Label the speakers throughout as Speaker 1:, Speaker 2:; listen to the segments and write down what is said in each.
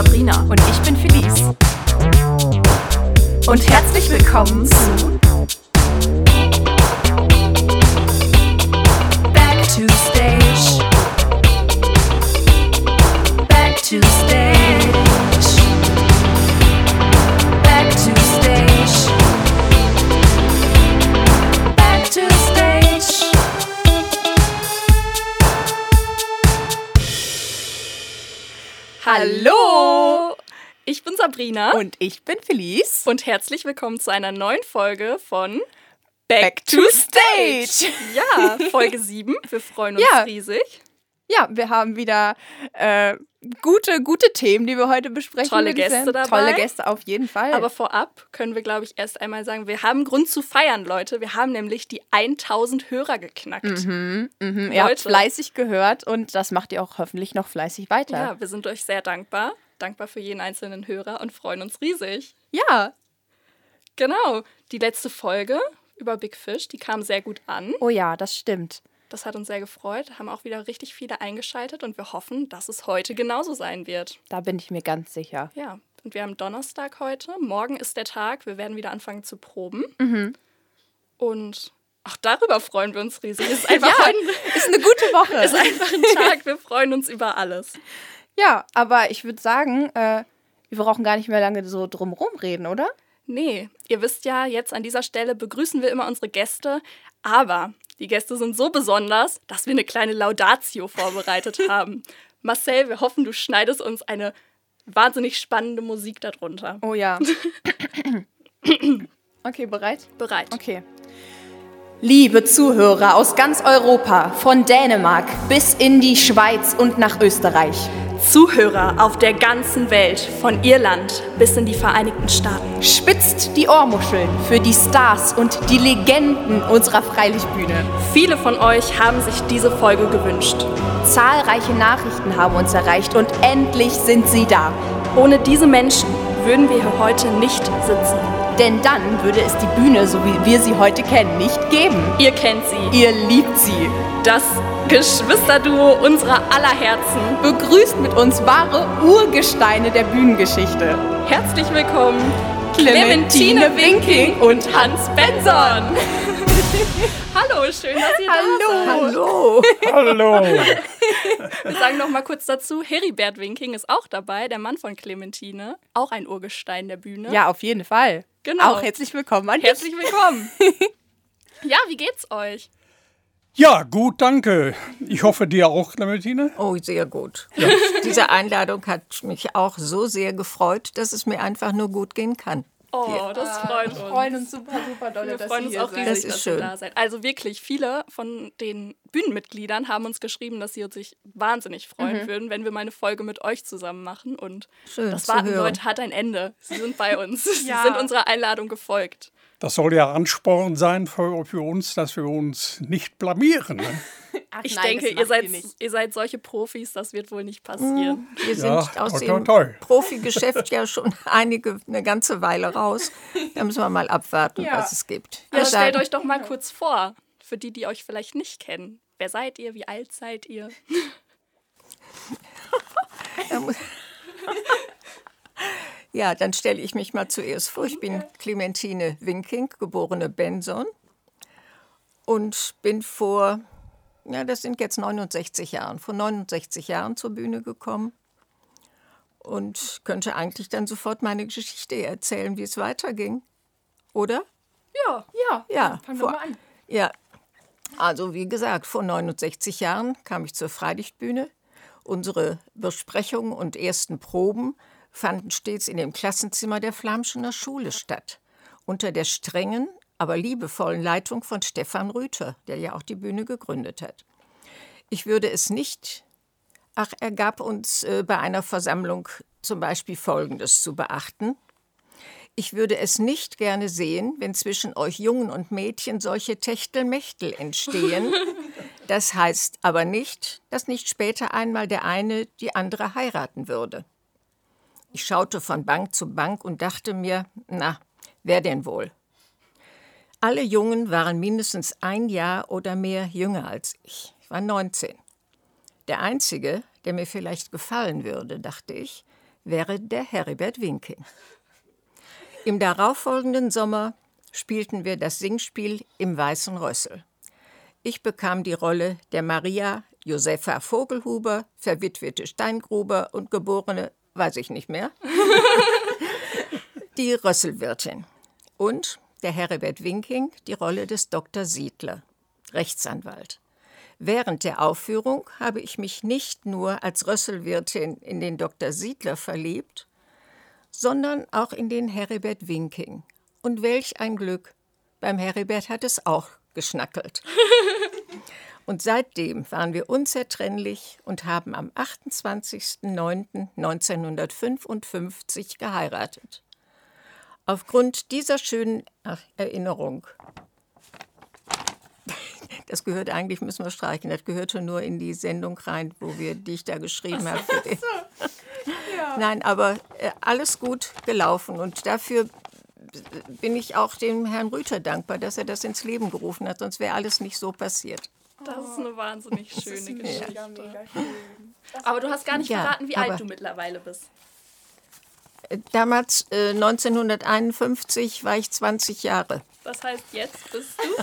Speaker 1: Sabrina.
Speaker 2: Und ich bin Felice.
Speaker 1: Und herzlich willkommen zu Back to the Stage. Back to the Stage. Back to the Stage. Back to the Stage.
Speaker 2: Hallo! Ich bin Sabrina.
Speaker 3: Und ich bin Felice.
Speaker 2: Und herzlich willkommen zu einer neuen Folge von
Speaker 3: Back to Stage.
Speaker 2: Ja, Folge 7. Wir freuen uns riesig.
Speaker 3: Ja, wir haben wieder gute Themen, die wir heute besprechen.
Speaker 2: Tolle Gäste dabei.
Speaker 3: Tolle Gäste auf jeden Fall.
Speaker 2: Aber vorab können wir, glaube ich, erst einmal sagen, wir haben Grund zu feiern, Leute. Wir haben nämlich die 1000 Hörer geknackt.
Speaker 3: Ihr habt fleißig gehört und das macht ihr auch hoffentlich noch fleißig weiter.
Speaker 2: Ja, wir sind euch sehr dankbar. Dankbar für jeden einzelnen Hörer und freuen uns riesig.
Speaker 3: Ja.
Speaker 2: Genau. Die letzte Folge über Big Fish, die kam sehr gut an.
Speaker 3: Oh ja, das stimmt.
Speaker 2: Das hat uns sehr gefreut, haben auch wieder richtig viele eingeschaltet und wir hoffen, dass es heute genauso sein wird.
Speaker 3: Da bin ich mir ganz sicher.
Speaker 2: Ja, und wir haben Donnerstag heute. Morgen ist der Tag, wir werden wieder anfangen zu proben. Und auch darüber freuen wir uns riesig. Ist einfach
Speaker 3: ist eine gute Woche.
Speaker 2: Ist einfach ein Tag, wir freuen uns über alles.
Speaker 3: Ja, aber ich würde sagen, wir brauchen gar nicht mehr lange so drumherum reden, oder?
Speaker 2: Nee, ihr wisst ja, jetzt an dieser Stelle begrüßen wir immer unsere Gäste, aber die Gäste sind so besonders, dass wir eine kleine Laudatio vorbereitet haben. Marcel, wir hoffen, du schneidest uns eine wahnsinnig spannende Musik darunter.
Speaker 3: Oh ja. Okay, bereit?
Speaker 2: Bereit.
Speaker 3: Okay. Liebe Zuhörer aus ganz Europa, von Dänemark bis in die Schweiz und nach Österreich.
Speaker 2: Zuhörer auf der ganzen Welt, von Irland bis in die Vereinigten Staaten.
Speaker 3: Spitzt die Ohrmuscheln für die Stars und die Legenden unserer Freilichtbühne.
Speaker 2: Viele von euch haben sich diese Folge gewünscht.
Speaker 3: Zahlreiche Nachrichten haben uns erreicht und endlich sind sie da.
Speaker 2: Ohne diese Menschen würden wir hier heute nicht sitzen.
Speaker 3: Denn dann würde es die Bühne, so wie wir sie heute kennen, nicht geben.
Speaker 2: Ihr kennt sie.
Speaker 3: Ihr liebt sie.
Speaker 2: Das Geschwisterduo unserer aller Herzen.
Speaker 3: Begrüßt mit uns wahre Urgesteine der Bühnengeschichte.
Speaker 2: Herzlich willkommen,
Speaker 3: Clementine Winking
Speaker 2: und Hans Benson. Hallo, schön, dass ihr da seid.
Speaker 4: Hallo.
Speaker 2: Wir sagen noch mal kurz dazu, Heribert Winking ist auch dabei, der Mann von Clementine. Auch ein Urgestein der Bühne.
Speaker 3: Ja, auf jeden Fall.
Speaker 2: Genau.
Speaker 3: Auch herzlich willkommen an dich.
Speaker 2: Herzlich willkommen. Ja, wie geht's euch?
Speaker 4: Ja, gut, danke. Ich hoffe, dir auch, Clementine.
Speaker 5: Oh, sehr gut. Ja. Diese Einladung hat mich auch so sehr gefreut, dass es mir einfach nur gut gehen kann.
Speaker 2: Oh, das freut uns.
Speaker 3: Wir freuen uns super doll,
Speaker 2: Wir
Speaker 3: dass
Speaker 2: freuen
Speaker 3: ihr
Speaker 2: uns
Speaker 3: hier
Speaker 2: auch
Speaker 3: seid.
Speaker 2: riesig,
Speaker 5: Das ist
Speaker 2: dass
Speaker 5: schön.
Speaker 2: ihr da seid. Also wirklich, viele von den Bühnenmitgliedern haben uns geschrieben, dass sie sich wahnsinnig freuen würden, wenn wir mal eine Folge mit euch zusammen machen. Und
Speaker 5: Schön
Speaker 2: das
Speaker 5: zu
Speaker 2: Warten,
Speaker 5: hören.
Speaker 2: Leute, hat ein Ende. Sie sind bei uns.
Speaker 3: Ja.
Speaker 2: Sie sind unserer Einladung gefolgt.
Speaker 4: Das soll ja Ansporn sein für uns, dass wir uns nicht blamieren. Ne?
Speaker 3: Ach
Speaker 2: Ich
Speaker 3: nein,
Speaker 2: denke,
Speaker 3: das macht
Speaker 2: ihr seid solche Profis, das wird wohl nicht passieren.
Speaker 5: Wir sind
Speaker 4: Ja,
Speaker 5: aus
Speaker 4: toi,
Speaker 5: dem
Speaker 4: toi, toi.
Speaker 5: Profigeschäft ja schon eine ganze Weile raus. Da müssen wir mal abwarten,
Speaker 3: Ja.
Speaker 5: was es gibt.
Speaker 2: Ja,
Speaker 5: Wir
Speaker 2: stellt
Speaker 5: sagen,
Speaker 2: euch doch mal kurz vor, für die, die euch vielleicht nicht kennen. Wer seid ihr? Wie alt seid ihr?
Speaker 5: ja, dann stelle ich mich mal zuerst vor. Ich bin Clementine Winking, geborene Benson. Und bin das sind jetzt 69 Jahren, vor 69 Jahren zur Bühne gekommen. Und könnte eigentlich dann sofort meine Geschichte erzählen, wie es weiterging. Oder?
Speaker 3: Ja, fangen wir
Speaker 5: vor-
Speaker 3: mal an.
Speaker 5: Ja, also wie gesagt, vor 69 Jahren kam ich zur Freilichtbühne. Unsere Besprechungen und ersten Proben fanden stets in dem Klassenzimmer der Flamschener Schule statt. Unter der strengen, aber liebevollen Leitung von Stefan Rüther, der ja auch die Bühne gegründet hat. Er gab uns bei einer Versammlung zum Beispiel Folgendes zu beachten. Ich würde es nicht gerne sehen, wenn zwischen euch Jungen und Mädchen solche Techtelmechtel entstehen. Das heißt aber nicht, dass nicht später einmal der eine die andere heiraten würde. Ich schaute von Bank zu Bank und dachte mir, wer denn wohl? Alle Jungen waren mindestens ein Jahr oder mehr jünger als ich. Ich war 19. Der Einzige, der mir vielleicht gefallen würde, dachte ich, wäre der Heribert Winking. Im darauffolgenden Sommer spielten wir das Singspiel im Weißen Rössel. Ich bekam die Rolle der Maria Josepha Vogelhuber, verwitwete Steingruber und geborene, weiß ich nicht mehr, die Rösselwirtin. Und der Heribert Winking die Rolle des Dr. Siedler, Rechtsanwalt. Während der Aufführung habe ich mich nicht nur als Rösselwirtin in den Dr. Siedler verliebt, sondern auch in den Heribert Winking. Und welch ein Glück, beim Heribert hat es auch geschnackelt. Und seitdem waren wir unzertrennlich und haben am 28.09.1955 geheiratet. Aufgrund dieser schönen Erinnerung, das gehört eigentlich, müssen wir streichen, das gehörte nur in die Sendung rein, die ich da geschrieben habe. Ja. Nein, aber alles gut gelaufen und dafür bin ich auch dem Herrn Rüther dankbar, dass er das ins Leben gerufen hat, sonst wäre alles nicht so passiert.
Speaker 2: Das ist eine wahnsinnig schöne Geschichte. Mega schön. Aber du hast gar nicht verraten, wie alt du mittlerweile bist.
Speaker 5: Damals, 1951, war ich 20 Jahre.
Speaker 2: Das heißt, jetzt bist du?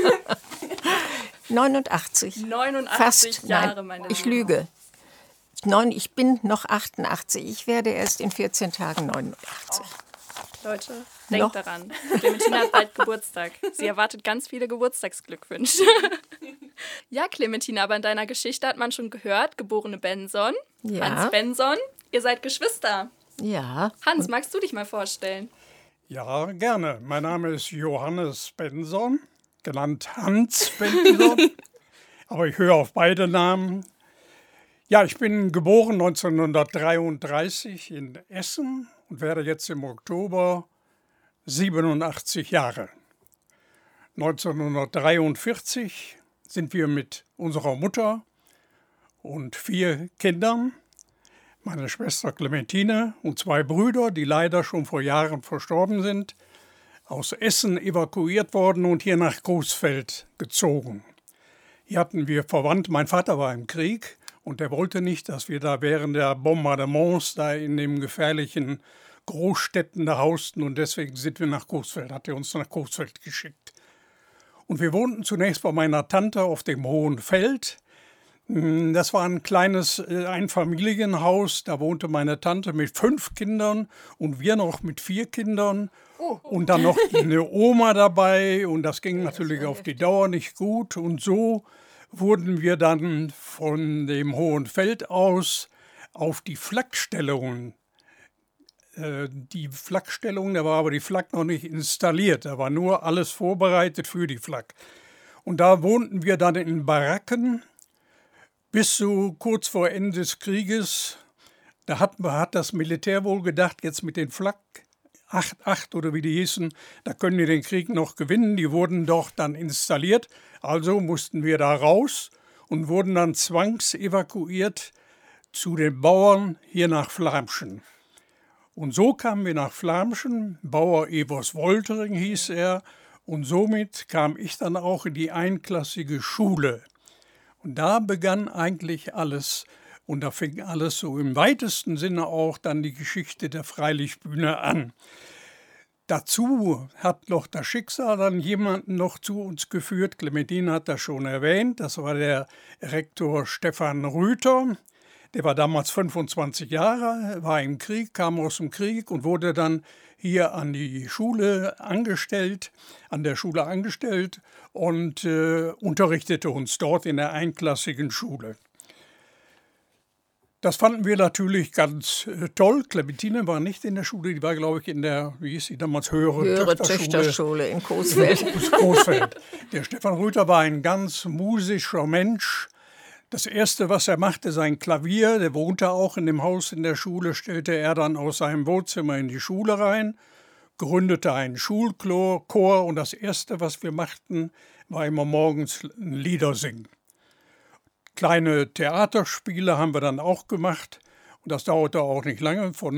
Speaker 5: 89.
Speaker 2: 89
Speaker 5: Fast.
Speaker 2: Jahre,
Speaker 5: Nein,
Speaker 2: meine
Speaker 5: ich
Speaker 2: Liebe.
Speaker 5: lüge. Ich bin noch 88. Ich werde erst in 14 Tagen 89.
Speaker 2: Leute, denkt daran. Clementina hat bald Geburtstag. Sie erwartet ganz viele Geburtstagsglückwünsche. Ja, Clementina, aber in deiner Geschichte hat man schon gehört, geborene Benson,
Speaker 5: Ja.
Speaker 2: Hans Benson. Ihr seid Geschwister.
Speaker 5: Ja.
Speaker 2: Hans, magst du dich mal vorstellen?
Speaker 4: Ja, gerne. Mein Name ist Johannes Benson, genannt Hans Benson. Aber ich höre auf beide Namen. Ja, ich bin geboren 1933 in Essen und werde jetzt im Oktober 87 Jahre. 1943 sind wir mit unserer Mutter und 4 Kindern, meine Schwester Clementine und 2 Brüder, die leider schon vor Jahren verstorben sind, aus Essen evakuiert worden und hier nach Coesfeld gezogen. Hier hatten wir Verwandt, mein Vater war im Krieg und er wollte nicht, dass wir da während der Bombardements da in den gefährlichen Großstädten da hausten und deswegen sind wir nach Coesfeld, hat er uns nach Coesfeld geschickt. Und wir wohnten zunächst bei meiner Tante auf dem Hohen Feld. Das war ein kleines Einfamilienhaus, da wohnte meine Tante mit 5 Kindern und wir noch mit 4 Kindern und dann noch eine Oma dabei und das ging natürlich auf die Dauer nicht gut und so wurden wir dann von dem Hohen Feld aus auf die Flakstellungen. Die Flakstellung, da war aber die Flak noch nicht installiert, da war nur alles vorbereitet für die Flak. Und da wohnten wir dann in Baracken bis so kurz vor Ende des Krieges. Da hat das Militär wohl gedacht, jetzt mit den Flak 8 oder wie die hießen, da können die den Krieg noch gewinnen. Die wurden doch dann installiert, also mussten wir da raus und wurden dann zwangsevakuiert zu den Bauern hier nach Flarmschen. Und so kamen wir nach Flarmschen, Bauer Evers Woltering hieß er, und somit kam ich dann auch in die einklassige Schule. Und da begann eigentlich alles und da fing alles so im weitesten Sinne auch dann die Geschichte der Freilichtbühne an. Dazu hat noch das Schicksal dann jemanden noch zu uns geführt, Clementine hat das schon erwähnt, das war der Rektor Stefan Rüther. Der war damals 25 Jahre, war im Krieg, kam aus dem Krieg und wurde dann hier an der Schule angestellt und unterrichtete uns dort in der einklassigen Schule. Das fanden wir natürlich ganz toll. Clementine war nicht in der Schule, die war, glaube ich, in der, wie hieß sie damals, höhere
Speaker 5: Töchterschule in Coesfeld.
Speaker 4: Coesfeld. Der Stefan Rüther war ein ganz musischer Mensch. Das Erste, was er machte, sein Klavier, der wohnte auch in dem Haus in der Schule, stellte er dann aus seinem Wohnzimmer in die Schule rein, gründete einen Schulchor und das Erste, was wir machten, war immer morgens Lieder singen. Kleine Theaterspiele haben wir dann auch gemacht und das dauerte auch nicht lange. Von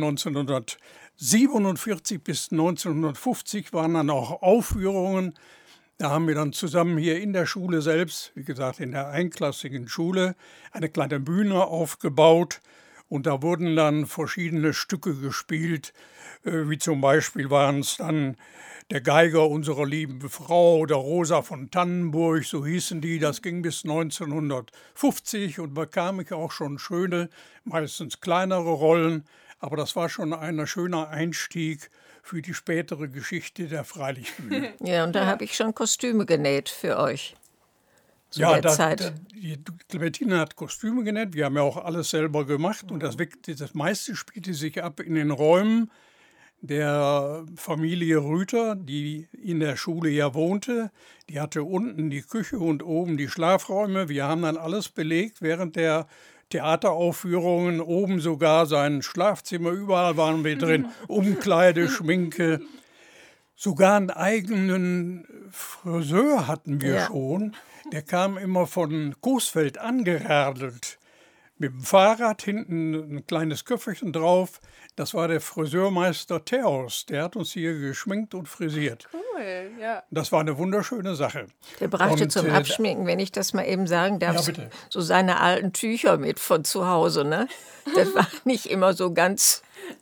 Speaker 4: 1947 bis 1950 waren dann auch Aufführungen. Da haben wir dann zusammen hier in der Schule selbst, wie gesagt in der einklassigen Schule, eine kleine Bühne aufgebaut Und da wurden dann verschiedene Stücke gespielt, wie zum Beispiel waren es dann der Geiger unserer lieben Frau oder Rosa von Tannenburg, so hießen die. Das ging bis 1950 und bekam ich auch schon schöne, meistens kleinere Rollen. Aber das war schon ein schöner Einstieg für die spätere Geschichte der Freilichtbühne.
Speaker 5: Ja, und da habe ich schon Kostüme genäht für euch. Zu der Zeit.
Speaker 4: Die Clementine hat Kostüme genäht. Wir haben ja auch alles selber gemacht. Und das meiste spielte sich ab in den Räumen der Familie Rüther, die in der Schule ja wohnte. Die hatte unten die Küche und oben die Schlafräume. Wir haben dann alles belegt während der Theateraufführungen, oben sogar sein Schlafzimmer, überall waren wir drin, Umkleide, Schminke. Sogar einen eigenen Friseur hatten wir schon. Der kam immer von Coesfeld angeradelt. Mit dem Fahrrad, hinten ein kleines Köfferchen drauf. Das war der Friseurmeister Theos. Der hat uns hier geschminkt und frisiert.
Speaker 2: Cool, ja.
Speaker 4: Das war eine wunderschöne Sache.
Speaker 5: Der brachte zum Abschminken, wenn ich das mal eben sagen darf, so seine alten Tücher mit von zu Hause. Ne? Das war nicht immer so ganz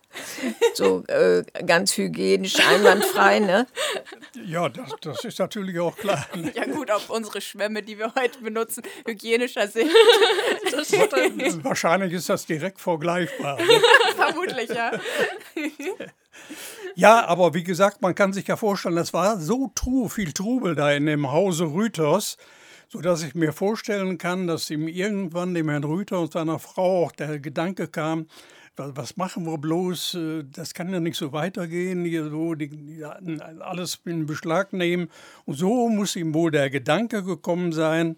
Speaker 5: hygienisch, einwandfrei, ne?
Speaker 4: Ja, das ist natürlich auch klar.
Speaker 6: Ja gut, ob unsere Schwämme, die wir heute benutzen, hygienischer sind.
Speaker 4: Wahrscheinlich ist das direkt vergleichbar.
Speaker 6: Vermutlich, ja.
Speaker 4: Ja, aber wie gesagt, man kann sich ja vorstellen, es war so viel Trubel da in dem Hause Rüthers, sodass ich mir vorstellen kann, dass ihm irgendwann dem Herrn Rüther und seiner Frau auch der Gedanke kam, was machen wir bloß, das kann ja nicht so weitergehen, hier so alles in Beschlag nehmen. Und so muss ihm wohl der Gedanke gekommen sein,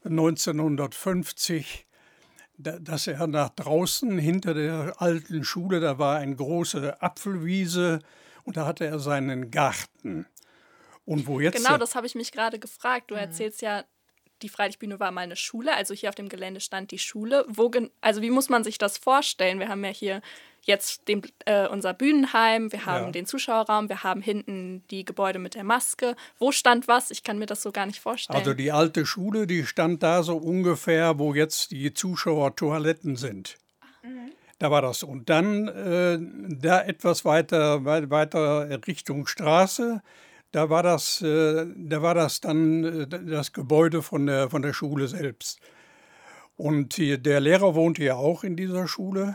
Speaker 4: 1950, dass er nach draußen hinter der alten Schule, da war eine große Apfelwiese und da hatte er seinen Garten. Und wo jetzt
Speaker 2: Genau, das habe ich mich gerade gefragt. Du erzählst ja, die Freilichtbühne war mal eine Schule, also hier auf dem Gelände stand die Schule. Also wie muss man sich das vorstellen? Wir haben ja hier jetzt unser Bühnenheim, wir haben den Zuschauerraum, wir haben hinten die Gebäude mit der Maske. Wo stand was? Ich kann mir das so gar nicht vorstellen.
Speaker 4: Also die alte Schule, die stand da so ungefähr, wo jetzt die Zuschauertoiletten sind. Da war das. Und dann da etwas weiter Richtung Straße, da war das dann das Gebäude von der Schule selbst. Und der Lehrer wohnte ja auch in dieser Schule.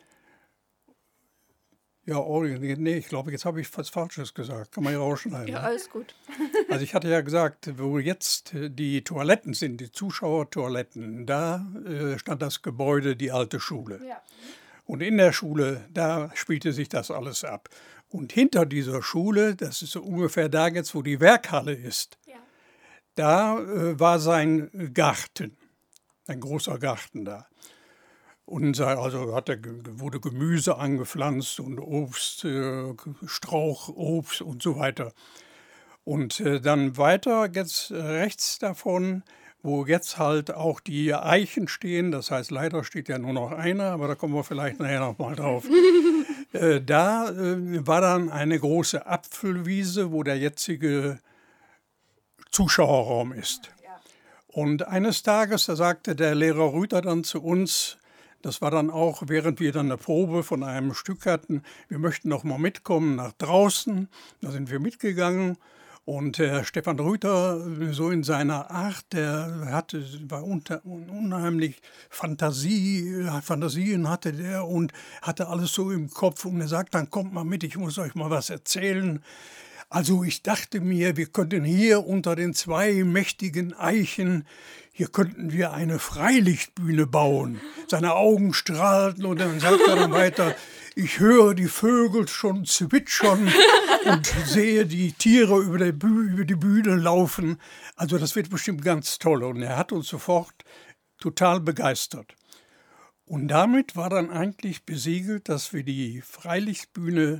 Speaker 4: Ja, ich glaube, jetzt habe ich was Falsches gesagt. Kann man ja rausschneiden.
Speaker 2: Ja, alles gut.
Speaker 4: Also ich hatte ja gesagt, wo jetzt die Toiletten sind, die Zuschauertoiletten, da stand das Gebäude, die alte Schule. Ja. Und in der Schule, da spielte sich das alles ab. Und hinter dieser Schule, das ist so ungefähr da jetzt, wo die Werkhalle ist, da war sein Garten, ein großer Garten da. Und wurde Gemüse angepflanzt und Obst, Strauchobst und so weiter. Und dann weiter jetzt rechts davon, wo jetzt halt auch die Eichen stehen, das heißt, leider steht ja nur noch einer, aber da kommen wir vielleicht nachher noch mal drauf. Da war dann eine große Apfelwiese, wo der jetzige Zuschauerraum ist. Und eines Tages, da sagte der Lehrer Rüther dann zu uns, das war dann auch, während wir dann eine Probe von einem Stück hatten, wir möchten noch mal mitkommen nach draußen. Da sind wir mitgegangen. Und Stefan Rüther, so in seiner Art, war unheimlich Fantasien hatte der und hatte alles so im Kopf. Und er sagt, dann kommt mal mit, ich muss euch mal was erzählen. Also ich dachte mir, wir könnten hier unter den zwei mächtigen Eichen, hier könnten wir eine Freilichtbühne bauen. Seine Augen strahlten und dann sagt er dann weiter, ich höre die Vögel schon zwitschern und sehe die Tiere über die Bühne laufen. Also das wird bestimmt ganz toll. Und er hat uns sofort total begeistert. Und damit war dann eigentlich besiegelt, dass wir die Freilichtbühne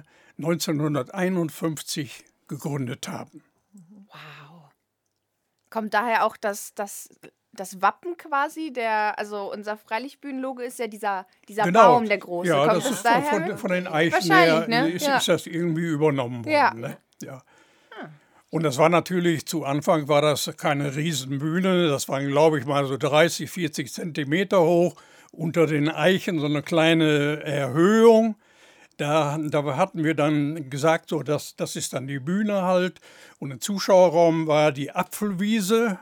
Speaker 4: 1951 gegründet haben.
Speaker 6: Wow. Kommt daher auch das Wappen quasi, also unser Freilichtbühnenlogo ist ja dieser
Speaker 4: Genau.
Speaker 6: Baum, der große.
Speaker 4: Ja,
Speaker 6: Kommt
Speaker 4: das ist
Speaker 6: daher?
Speaker 4: von den Eichen
Speaker 6: Wahrscheinlich,
Speaker 4: her,
Speaker 6: ne?
Speaker 4: ist das irgendwie übernommen worden.
Speaker 6: Ja.
Speaker 4: Ne? Ja. Und das war natürlich, zu Anfang war das keine Riesenbühne, das waren, glaube ich, mal so 30, 40 Zentimeter hoch unter den Eichen so eine kleine Erhöhung. Da hatten wir dann gesagt, so, das ist dann die Bühne halt. Und im Zuschauerraum war die Apfelwiese.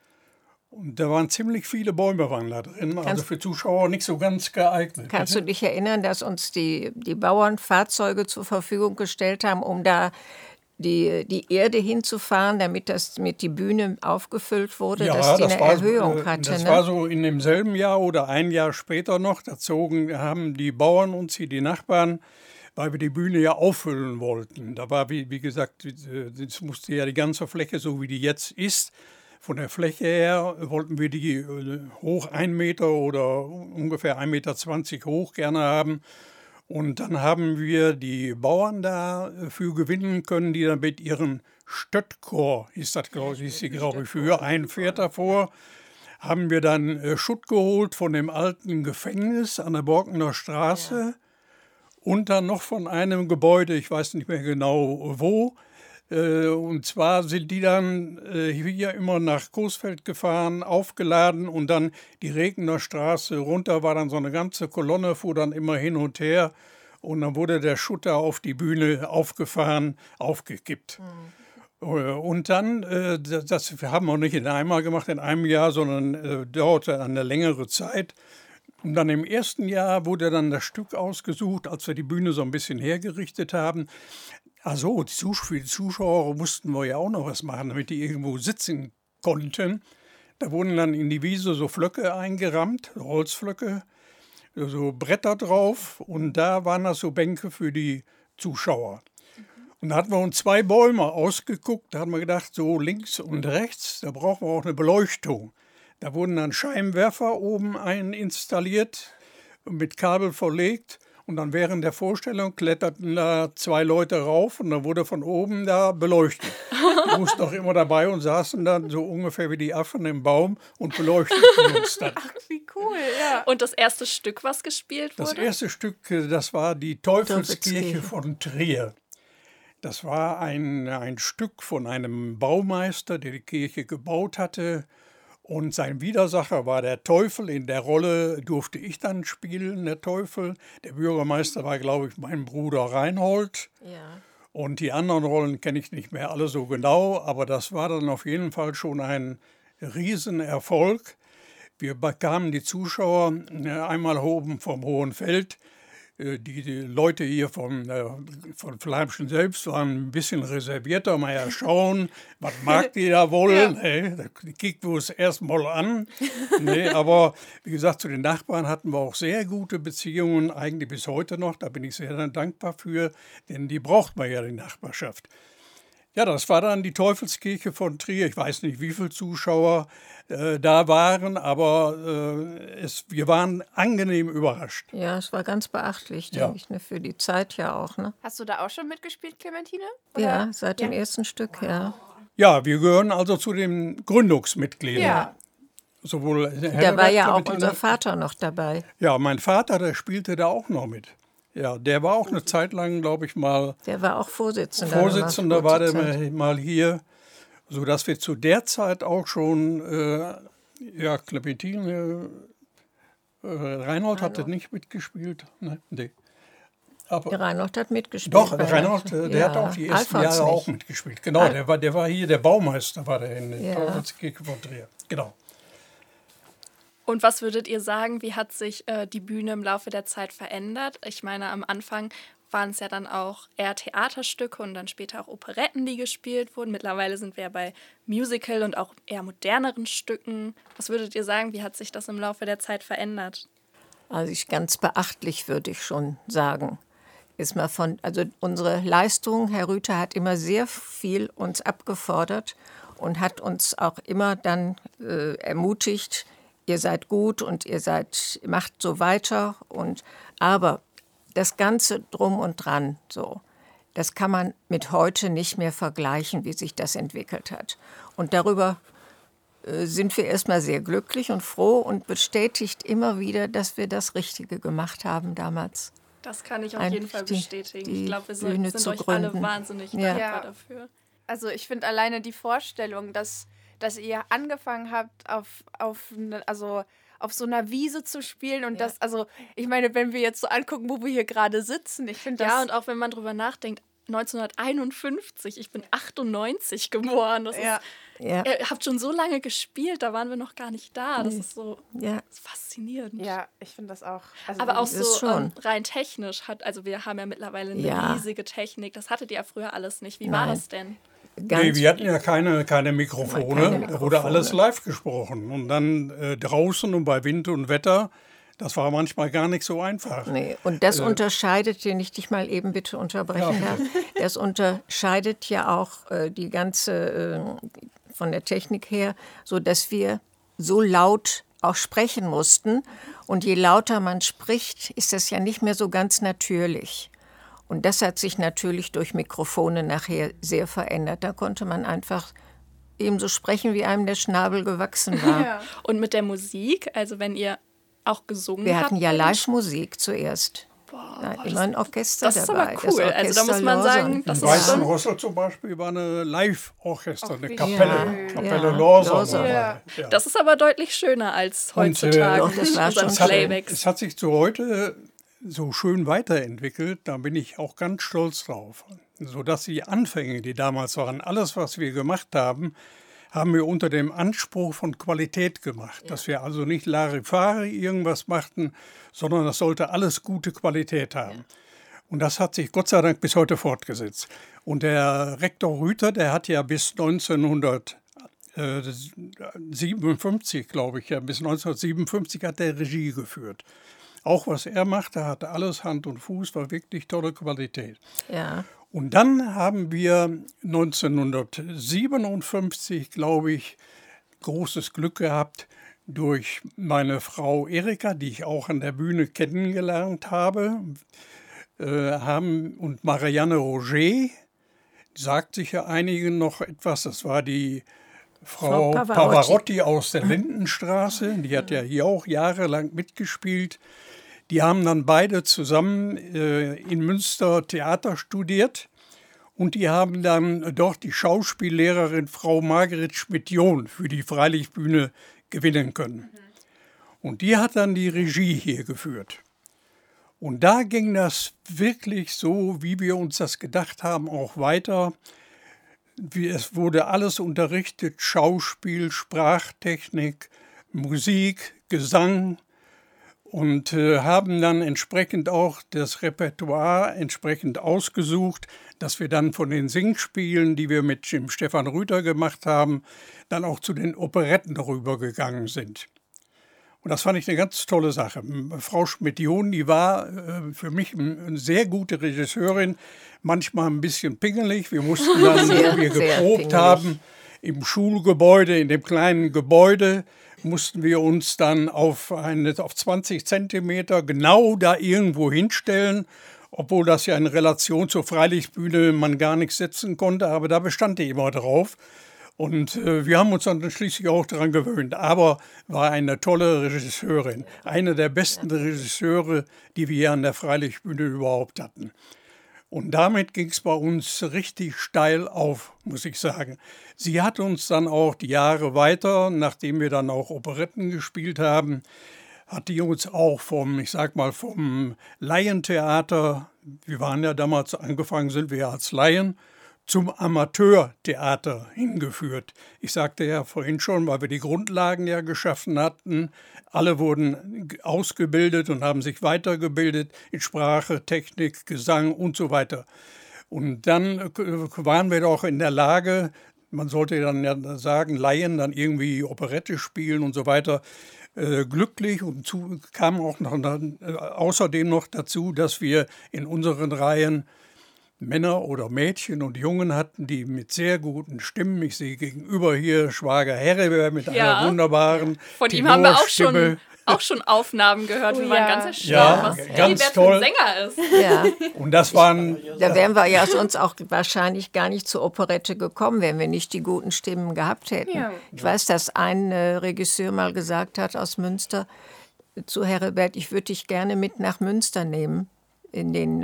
Speaker 4: Und da waren ziemlich viele Bäume waren da drin. Also für Zuschauer nicht so ganz geeignet.
Speaker 5: Kannst du dich erinnern, dass uns die Bauern Fahrzeuge zur Verfügung gestellt haben, um da die Erde hinzufahren, damit die Bühne aufgefüllt wurde, dass die eine Erhöhung hatte?
Speaker 4: Das
Speaker 5: ne?
Speaker 4: war so in demselben Jahr oder ein Jahr später noch. Haben die Bauern uns hier, die Nachbarn, weil wir die Bühne ja auffüllen wollten. Da war, wie gesagt, es musste ja die ganze Fläche, so wie die jetzt ist, von der Fläche her wollten wir die hoch 1 Meter oder ungefähr 1,20 Meter hoch gerne haben. Und dann haben wir die Bauern dafür gewinnen können, die dann mit ihren Stöttchor, hieß sie, glaube ich, für ein Pferd davor, haben wir dann Schutt geholt von dem alten Gefängnis an der Borkener Straße und dann noch von einem Gebäude, ich weiß nicht mehr genau wo. Und zwar sind die dann hier immer nach Coesfeld gefahren, aufgeladen und dann die Regner Straße runter war dann so eine ganze Kolonne, fuhr dann immer hin und her und dann wurde der Schutter auf die Bühne aufgefahren, aufgekippt. Und dann, das haben wir nicht in einmal gemacht, in einem Jahr, sondern dauerte eine längere Zeit. Und dann im ersten Jahr wurde dann das Stück ausgesucht, als wir die Bühne so ein bisschen hergerichtet haben. Also für die Zuschauer mussten wir ja auch noch was machen, damit die irgendwo sitzen konnten. Da wurden dann in die Wiese so Flöcke eingerammt, so Holzflöcke, so Bretter drauf und da waren das so Bänke für die Zuschauer. Und da hatten wir uns 2 Bäume ausgeguckt, da haben wir gedacht, so links und rechts, da brauchen wir auch eine Beleuchtung. Da wurden dann Scheinwerfer oben installiert, mit Kabel verlegt. Und dann während der Vorstellung kletterten da 2 Leute rauf und dann wurde von oben da beleuchtet. Die mussten auch immer dabei und saßen dann so ungefähr wie die Affen im Baum und beleuchteten uns dann.
Speaker 6: Ach, wie cool, ja.
Speaker 2: Und das erste Stück, was gespielt wurde?
Speaker 4: Das erste Stück, das war die Teufelskirche von Trier. Das war ein Stück von einem Baumeister, der die Kirche gebaut hatte. Und sein Widersacher war der Teufel. In der Rolle durfte ich dann spielen, der Teufel. Der Bürgermeister war, glaube ich, mein Bruder Reinhold.
Speaker 5: Ja.
Speaker 4: Und die anderen Rollen kenne ich nicht mehr alle so genau. Aber das war dann auf jeden Fall schon ein Riesenerfolg. Wir bekamen die Zuschauer einmal oben vom Hohen Feld. Die Leute hier von Fleimschen selbst waren ein bisschen reservierter, mal ja schauen, was mag die da wohl, ja. Da kicken wir uns erstmal an. Aber wie gesagt, zu den Nachbarn hatten wir auch sehr gute Beziehungen, eigentlich bis heute noch, da bin ich sehr dankbar für, denn die braucht man ja, die Nachbarschaft. Ja, das war dann die Teufelskirche von Trier. Ich weiß nicht, wie viele Zuschauer da waren, aber wir waren angenehm überrascht.
Speaker 5: Ja, es war ganz beachtlich, denke ich, ne, für die Zeit ja auch. Ne?
Speaker 6: Hast du da auch schon mitgespielt, Clementine? Oder?
Speaker 5: Ja, seit dem ersten Stück, ja.
Speaker 4: Ja, wir gehören also zu den Gründungsmitgliedern.
Speaker 6: Ja.
Speaker 4: Sowohl
Speaker 5: Da war ja auch unser Vater noch dabei.
Speaker 4: Ja, mein Vater, der spielte da auch noch mit. Ja, der war auch eine Zeit lang, glaube ich, mal
Speaker 5: Der war auch Vorsitzender.
Speaker 4: Vorsitzender war der mal hier, sodass wir zu der Zeit auch schon, Clementine, Reinhold hatte nicht mitgespielt. Nee. Aber
Speaker 5: Der Reinhold hat mitgespielt.
Speaker 4: doch, Reinhold, der hat auch die ersten
Speaker 5: Alfons
Speaker 4: Jahre
Speaker 5: nicht.
Speaker 4: auch mitgespielt. Genau, der war hier, der Baumeister war der in der
Speaker 5: Ja.
Speaker 4: Teufelskirche von Trier. Genau.
Speaker 2: Und was würdet ihr sagen, wie hat sich die Bühne im Laufe der Zeit verändert? Ich meine, am Anfang waren es ja dann auch eher Theaterstücke und dann später auch Operetten, die gespielt wurden. Mittlerweile sind wir ja bei Musical und auch eher moderneren Stücken. Was würdet ihr sagen, wie hat sich das im Laufe der Zeit verändert?
Speaker 5: Also ganz beachtlich, würde ich schon sagen. Also unsere Leistung, Herr Rüther hat immer sehr viel uns abgefordert und hat uns auch immer dann ermutigt, ihr seid gut und macht so weiter. Aber das Ganze drum und dran, so, das kann man mit heute nicht mehr vergleichen, wie sich das entwickelt hat. Und darüber sind wir erstmal sehr glücklich und froh und bestätigt immer wieder, dass wir das Richtige gemacht haben damals.
Speaker 2: Das kann ich auf jeden Fall bestätigen. Ich glaube, wir
Speaker 5: Bühne
Speaker 2: sind
Speaker 5: zu
Speaker 2: euch alle
Speaker 5: gründen.
Speaker 2: wahnsinnig
Speaker 5: Ja.
Speaker 2: dankbar dafür.
Speaker 6: Also ich finde alleine die Vorstellung, dass ihr angefangen habt, auf so einer Wiese zu spielen und das, also ich meine, wenn wir jetzt so angucken, wo wir hier gerade sitzen, ich finde das...
Speaker 2: Ja, und auch wenn man drüber nachdenkt, 1951, ich bin 98 geboren, das ist...
Speaker 5: Ja.
Speaker 2: Ihr habt schon so lange gespielt, da waren wir noch gar nicht da. Das ist so
Speaker 5: Ja.
Speaker 2: das ist faszinierend.
Speaker 6: Ja, ich finde das auch. Also
Speaker 2: Aber auch
Speaker 5: Das
Speaker 2: so
Speaker 5: schon.
Speaker 2: rein technisch also wir haben ja mittlerweile eine
Speaker 5: Ja.
Speaker 2: riesige Technik. Das hattet ihr ja früher alles nicht. Wie war
Speaker 5: Nein.
Speaker 2: das denn?
Speaker 4: Nee, wir hatten ja keine Mikrofone. Da wurde alles live gesprochen. Und dann draußen und bei Wind und Wetter, das war manchmal gar nicht so einfach.
Speaker 5: Nee, und das unterscheidet, wenn ich dich mal eben bitte unterbrechen darf, das unterscheidet ja auch die ganze, von der Technik her, so dass wir so laut auch sprechen mussten. Und je lauter man spricht, ist das ja nicht mehr so ganz natürlich. Und das hat sich natürlich durch Mikrofone nachher sehr verändert. Da konnte man einfach ebenso sprechen, wie einem der Schnabel gewachsen war.
Speaker 2: Und mit der Musik, also wenn ihr auch gesungen
Speaker 5: Wir
Speaker 2: habt.
Speaker 5: hatten ja Live-Musik zuerst. Ja, immer ein Orchester
Speaker 2: Das ist aber
Speaker 5: dabei.
Speaker 2: cool. Also da muss man sagen, das
Speaker 4: In
Speaker 2: ist
Speaker 4: Weißen
Speaker 2: schon...
Speaker 4: Rossel zum Beispiel war eine Live-Orchester, eine
Speaker 6: wie
Speaker 4: Kapelle,
Speaker 5: schön.
Speaker 4: Kapelle
Speaker 5: Ja,
Speaker 4: Lorsa.
Speaker 5: Lorsa.
Speaker 4: war
Speaker 6: Ja.
Speaker 4: dabei. Ja.
Speaker 2: Das ist aber deutlich schöner als heutzutage.
Speaker 5: Doch, das war
Speaker 2: unseren
Speaker 5: schon schön.
Speaker 2: Playbacks.
Speaker 4: Es hat sich zu heute so schön weiterentwickelt, da bin ich auch ganz stolz drauf. Sodass die Anfänge, die damals waren, alles, was wir gemacht haben, haben wir unter dem Anspruch von Qualität gemacht. Dass wir also nicht Larifari irgendwas machten, sondern das sollte alles gute Qualität haben. Und das hat sich Gott sei Dank bis heute fortgesetzt. Und der Rektor Rüther, der hat ja bis 1957, glaube ich, bis 1957 hat er Regie geführt. Auch was er machte, hatte alles Hand und Fuß, war wirklich tolle Qualität.
Speaker 5: Ja.
Speaker 4: Und dann haben wir 1957, glaube ich, großes Glück gehabt durch meine Frau Erika, die ich auch an der Bühne kennengelernt habe, und Marianne Roger, sagt sicher einigen noch etwas, das war die Frau Pavarotti aus der Lindenstraße, die hat ja hier auch jahrelang mitgespielt. Die haben dann beide zusammen in Münster Theater studiert und die haben dann dort die Schauspiellehrerin Frau Margret Schmidt-John für die Freilichtbühne gewinnen können. Und die hat dann die Regie hier geführt. Und da ging das wirklich so, wie wir uns das gedacht haben, auch weiter. Es wurde alles unterrichtet, Schauspiel, Sprachtechnik, Musik, Gesang. Und haben dann entsprechend auch das Repertoire entsprechend ausgesucht, dass wir dann von den Singspielen, die wir mit dem Stefan Rüther gemacht haben, dann auch zu den Operetten rübergegangen sind. Und das fand ich eine ganz tolle Sache. Frau Schmidt-John, die war für mich eine sehr gute Regisseurin, manchmal ein bisschen pingelig. Wir mussten dann, wenn wir geprobt haben, im Schulgebäude, in dem kleinen Gebäude, mussten wir uns dann auf 20 Zentimeter genau da irgendwo hinstellen, obwohl das ja in Relation zur Freilichtbühne man gar nichts setzen konnte, aber da bestand die immer drauf. Und wir haben uns dann schließlich auch daran gewöhnt, aber war eine tolle Regisseurin, eine der besten Regisseure, die wir hier an der Freilichtbühne überhaupt hatten. Und damit ging es bei uns richtig steil auf, muss ich sagen. Sie hat uns dann auch die Jahre weiter, nachdem wir dann auch Operetten gespielt haben, hat die uns auch vom Laientheater, wir waren ja damals, angefangen sind wir als Laien, zum Amateurtheater hingeführt. Ich sagte ja vorhin schon, weil wir die Grundlagen ja geschaffen hatten. Alle wurden ausgebildet und haben sich weitergebildet in Sprache, Technik, Gesang und so weiter. Und dann waren wir doch in der Lage, man sollte dann ja sagen, Laien dann irgendwie Operette spielen und so weiter, glücklich. Und kam auch noch außerdem noch dazu, dass wir in unseren Reihen Männer oder Mädchen und Jungen hatten, die mit sehr guten Stimmen, ich sehe gegenüber hier Schwager Herreberg mit einer wunderbaren
Speaker 2: Von ihm haben wir
Speaker 4: Tenorstimme.
Speaker 2: auch schon Aufnahmen gehört. Wir waren ganz erstaunt,
Speaker 4: Ja,
Speaker 2: was
Speaker 4: ganz
Speaker 2: Heribert für
Speaker 4: toll.
Speaker 2: ein Sänger ist.
Speaker 5: Ja.
Speaker 4: Und das waren,
Speaker 5: Da wären wir ja sonst auch wahrscheinlich gar nicht zur Operette gekommen, wenn wir nicht die guten Stimmen gehabt hätten.
Speaker 6: Ja.
Speaker 5: Ich weiß, dass ein Regisseur mal gesagt hat aus Münster zu Heribert, ich würde dich gerne mit nach Münster nehmen, in den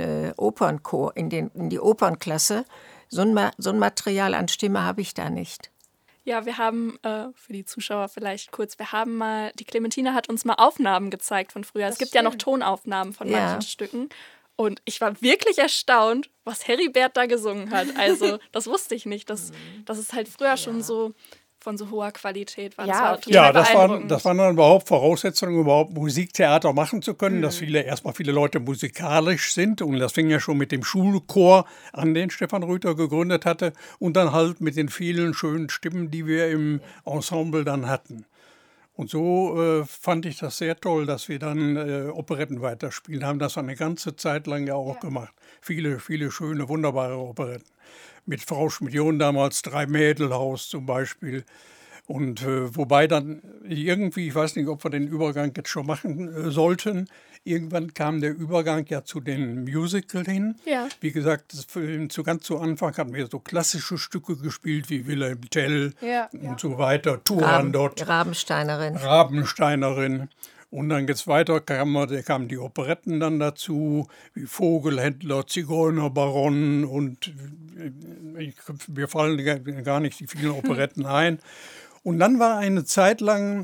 Speaker 5: Opernchor, in die Opernklasse. So ein Material an Stimme habe ich da nicht.
Speaker 2: Ja, wir haben, für die Zuschauer vielleicht kurz, die Clementine hat uns mal Aufnahmen gezeigt von früher. Es gibt ja noch Tonaufnahmen von
Speaker 5: Ja.
Speaker 2: manchen Stücken. Und ich war wirklich erstaunt, was Heribert da gesungen hat. Also, das wusste ich nicht, dass es halt früher schon so von so hoher Qualität war.
Speaker 6: Ja,
Speaker 2: Das war
Speaker 6: auf jeden
Speaker 2: total
Speaker 4: Ja,
Speaker 2: beeindruckend.
Speaker 4: das waren dann überhaupt Voraussetzungen, überhaupt Musiktheater machen zu können, dass erstmal viele Leute musikalisch sind. Und das fing ja schon mit dem Schulchor an, den Stefan Rüther gegründet hatte. Und dann halt mit den vielen schönen Stimmen, die wir im Ensemble dann hatten. Und so fand ich das sehr toll, dass wir dann Operetten weiterspielen haben. Das eine ganze Zeit lang ja auch gemacht. Viele, viele schöne, wunderbare Operetten. Mit Frau Schmidt-John damals 3 Mädelhaus zum Beispiel. Und wobei dann irgendwie, ich weiß nicht, ob wir den Übergang jetzt schon machen sollten, irgendwann kam der Übergang ja zu den Musical hin.
Speaker 2: Ja.
Speaker 4: Wie gesagt, ganz zu Anfang hatten wir so klassische Stücke gespielt wie Wilhelm Tell
Speaker 6: Ja.
Speaker 4: und so weiter, Turandot,
Speaker 5: Rabensteinerin.
Speaker 4: Rabensteinerin. Und dann geht's weiter, kamen die Operetten dann dazu, wie Vogelhändler, Zigeunerbaron und mir fallen gar nicht die vielen Operetten ein. Und dann war eine Zeit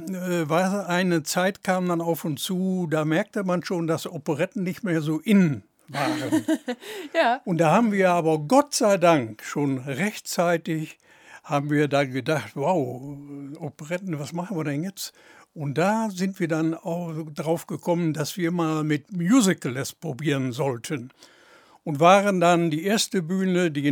Speaker 4: kam dann auf uns zu, da merkte man schon, dass Operetten nicht mehr so in waren.
Speaker 6: Ja.
Speaker 4: Und da haben wir aber Gott sei Dank schon rechtzeitig, haben wir da gedacht, wow, Operetten, was machen wir denn jetzt? Und da sind wir dann auch drauf gekommen, dass wir mal mit Musical es probieren sollten. Und waren dann die erste Bühne, die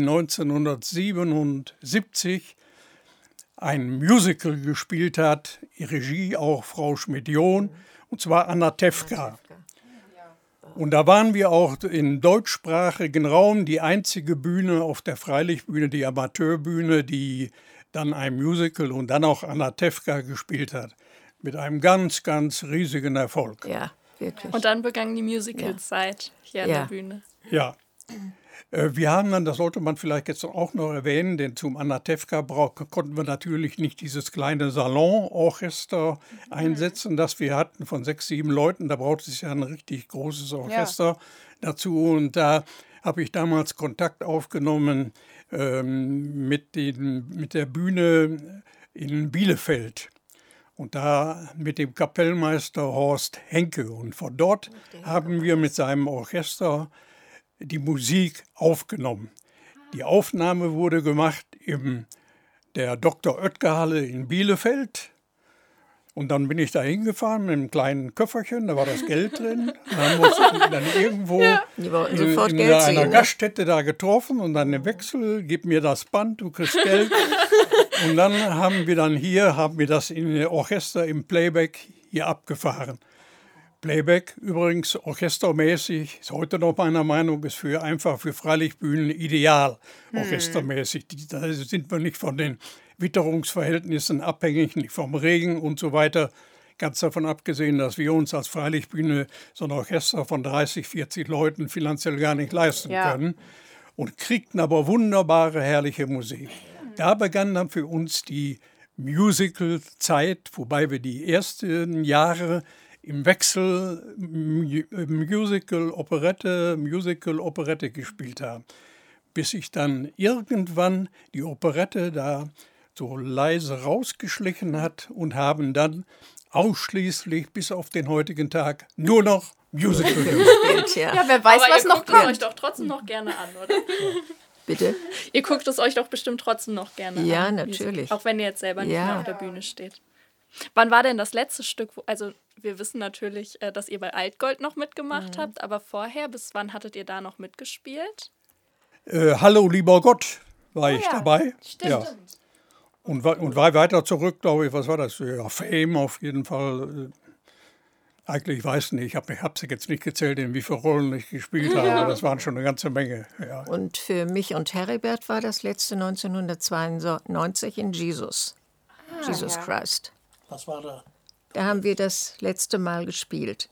Speaker 4: 1977 ein Musical gespielt hat, Regie auch Frau Schmidt-John, und zwar Anna Tefka. Und da waren wir auch im deutschsprachigen Raum die einzige Bühne auf der Freilichtbühne, die Amateurbühne, die dann ein Musical und dann auch Anna Tefka gespielt hat. Mit einem ganz, ganz riesigen Erfolg.
Speaker 5: Ja, wirklich.
Speaker 2: Und dann begann die Musical-Zeit hier an
Speaker 5: Ja.
Speaker 2: der Bühne.
Speaker 4: Ja. Wir haben dann, das sollte man vielleicht jetzt auch noch erwähnen, denn zum Anna Tefka konnten wir natürlich nicht dieses kleine Salonorchester einsetzen, das wir hatten von 6, 7 Leuten. Da braucht es ja ein richtig großes Orchester dazu. Und da habe ich damals Kontakt aufgenommen mit der Bühne in Bielefeld. Und da mit dem Kapellmeister Horst Henke. Und von dort haben wir mit seinem Orchester die Musik aufgenommen. Die Aufnahme wurde gemacht in der Dr. Oetker-Halle in Bielefeld. Und dann bin ich da hingefahren mit einem kleinen Köfferchen, da war das Geld drin. Dann mussten wir dann irgendwo
Speaker 5: Die wollten sofort
Speaker 4: in
Speaker 5: Geld
Speaker 4: einer
Speaker 5: sehen. Ne?
Speaker 4: Gaststätte da getroffen und dann im Wechsel, gib mir das Band, du kriegst Geld. Und dann haben wir das in Orchester im Playback hier abgefahren. Playback übrigens orchestermäßig, ist heute noch meiner Meinung, ist einfach für Freilichtbühnen ideal, orchestermäßig. Da sind wir nicht von den Witterungsverhältnissen abhängig, nicht vom Regen und so weiter. Ganz davon abgesehen, dass wir uns als Freilichtbühne so ein Orchester von 30, 40 Leuten finanziell gar nicht leisten können. Und kriegten aber wunderbare, herrliche Musik. Da begann dann für uns die Musical-Zeit, wobei wir die ersten Jahre im Wechsel Musical-Operette gespielt haben. Bis ich dann irgendwann die Operette da so leise rausgeschlichen hat und haben dann ausschließlich bis auf den heutigen Tag nur noch Musical gespielt.
Speaker 5: Ja.
Speaker 6: Ja, wer weiß,
Speaker 2: Aber
Speaker 6: was
Speaker 2: ihr
Speaker 6: noch
Speaker 2: guckt es euch
Speaker 6: kommt.
Speaker 2: doch trotzdem noch gerne an, oder?
Speaker 5: Bitte?
Speaker 2: Ihr guckt es euch doch bestimmt trotzdem noch gerne
Speaker 5: Ja,
Speaker 2: an.
Speaker 5: natürlich.
Speaker 2: Auch wenn ihr jetzt selber nicht
Speaker 5: Ja.
Speaker 2: mehr auf der Bühne steht. Wann war denn das letzte Stück? Also wir wissen natürlich, dass ihr bei Altgold noch mitgemacht habt, aber vorher, bis wann hattet ihr da noch mitgespielt?
Speaker 4: Hallo, lieber Gott, war ich dabei.
Speaker 6: Stimmt.
Speaker 4: Ja. Und war weiter zurück, glaube ich, was war das? Ja, Fame auf jeden Fall. Eigentlich, ich weiß nicht, ich habe sie jetzt nicht gezählt, in wie viele Rollen ich gespielt habe, aber das waren schon eine ganze Menge. Ja.
Speaker 5: Und für mich und Heribert war das letzte 1992 in Jesus. Jesus Christ.
Speaker 7: Was war da?
Speaker 5: Da haben wir das letzte Mal gespielt.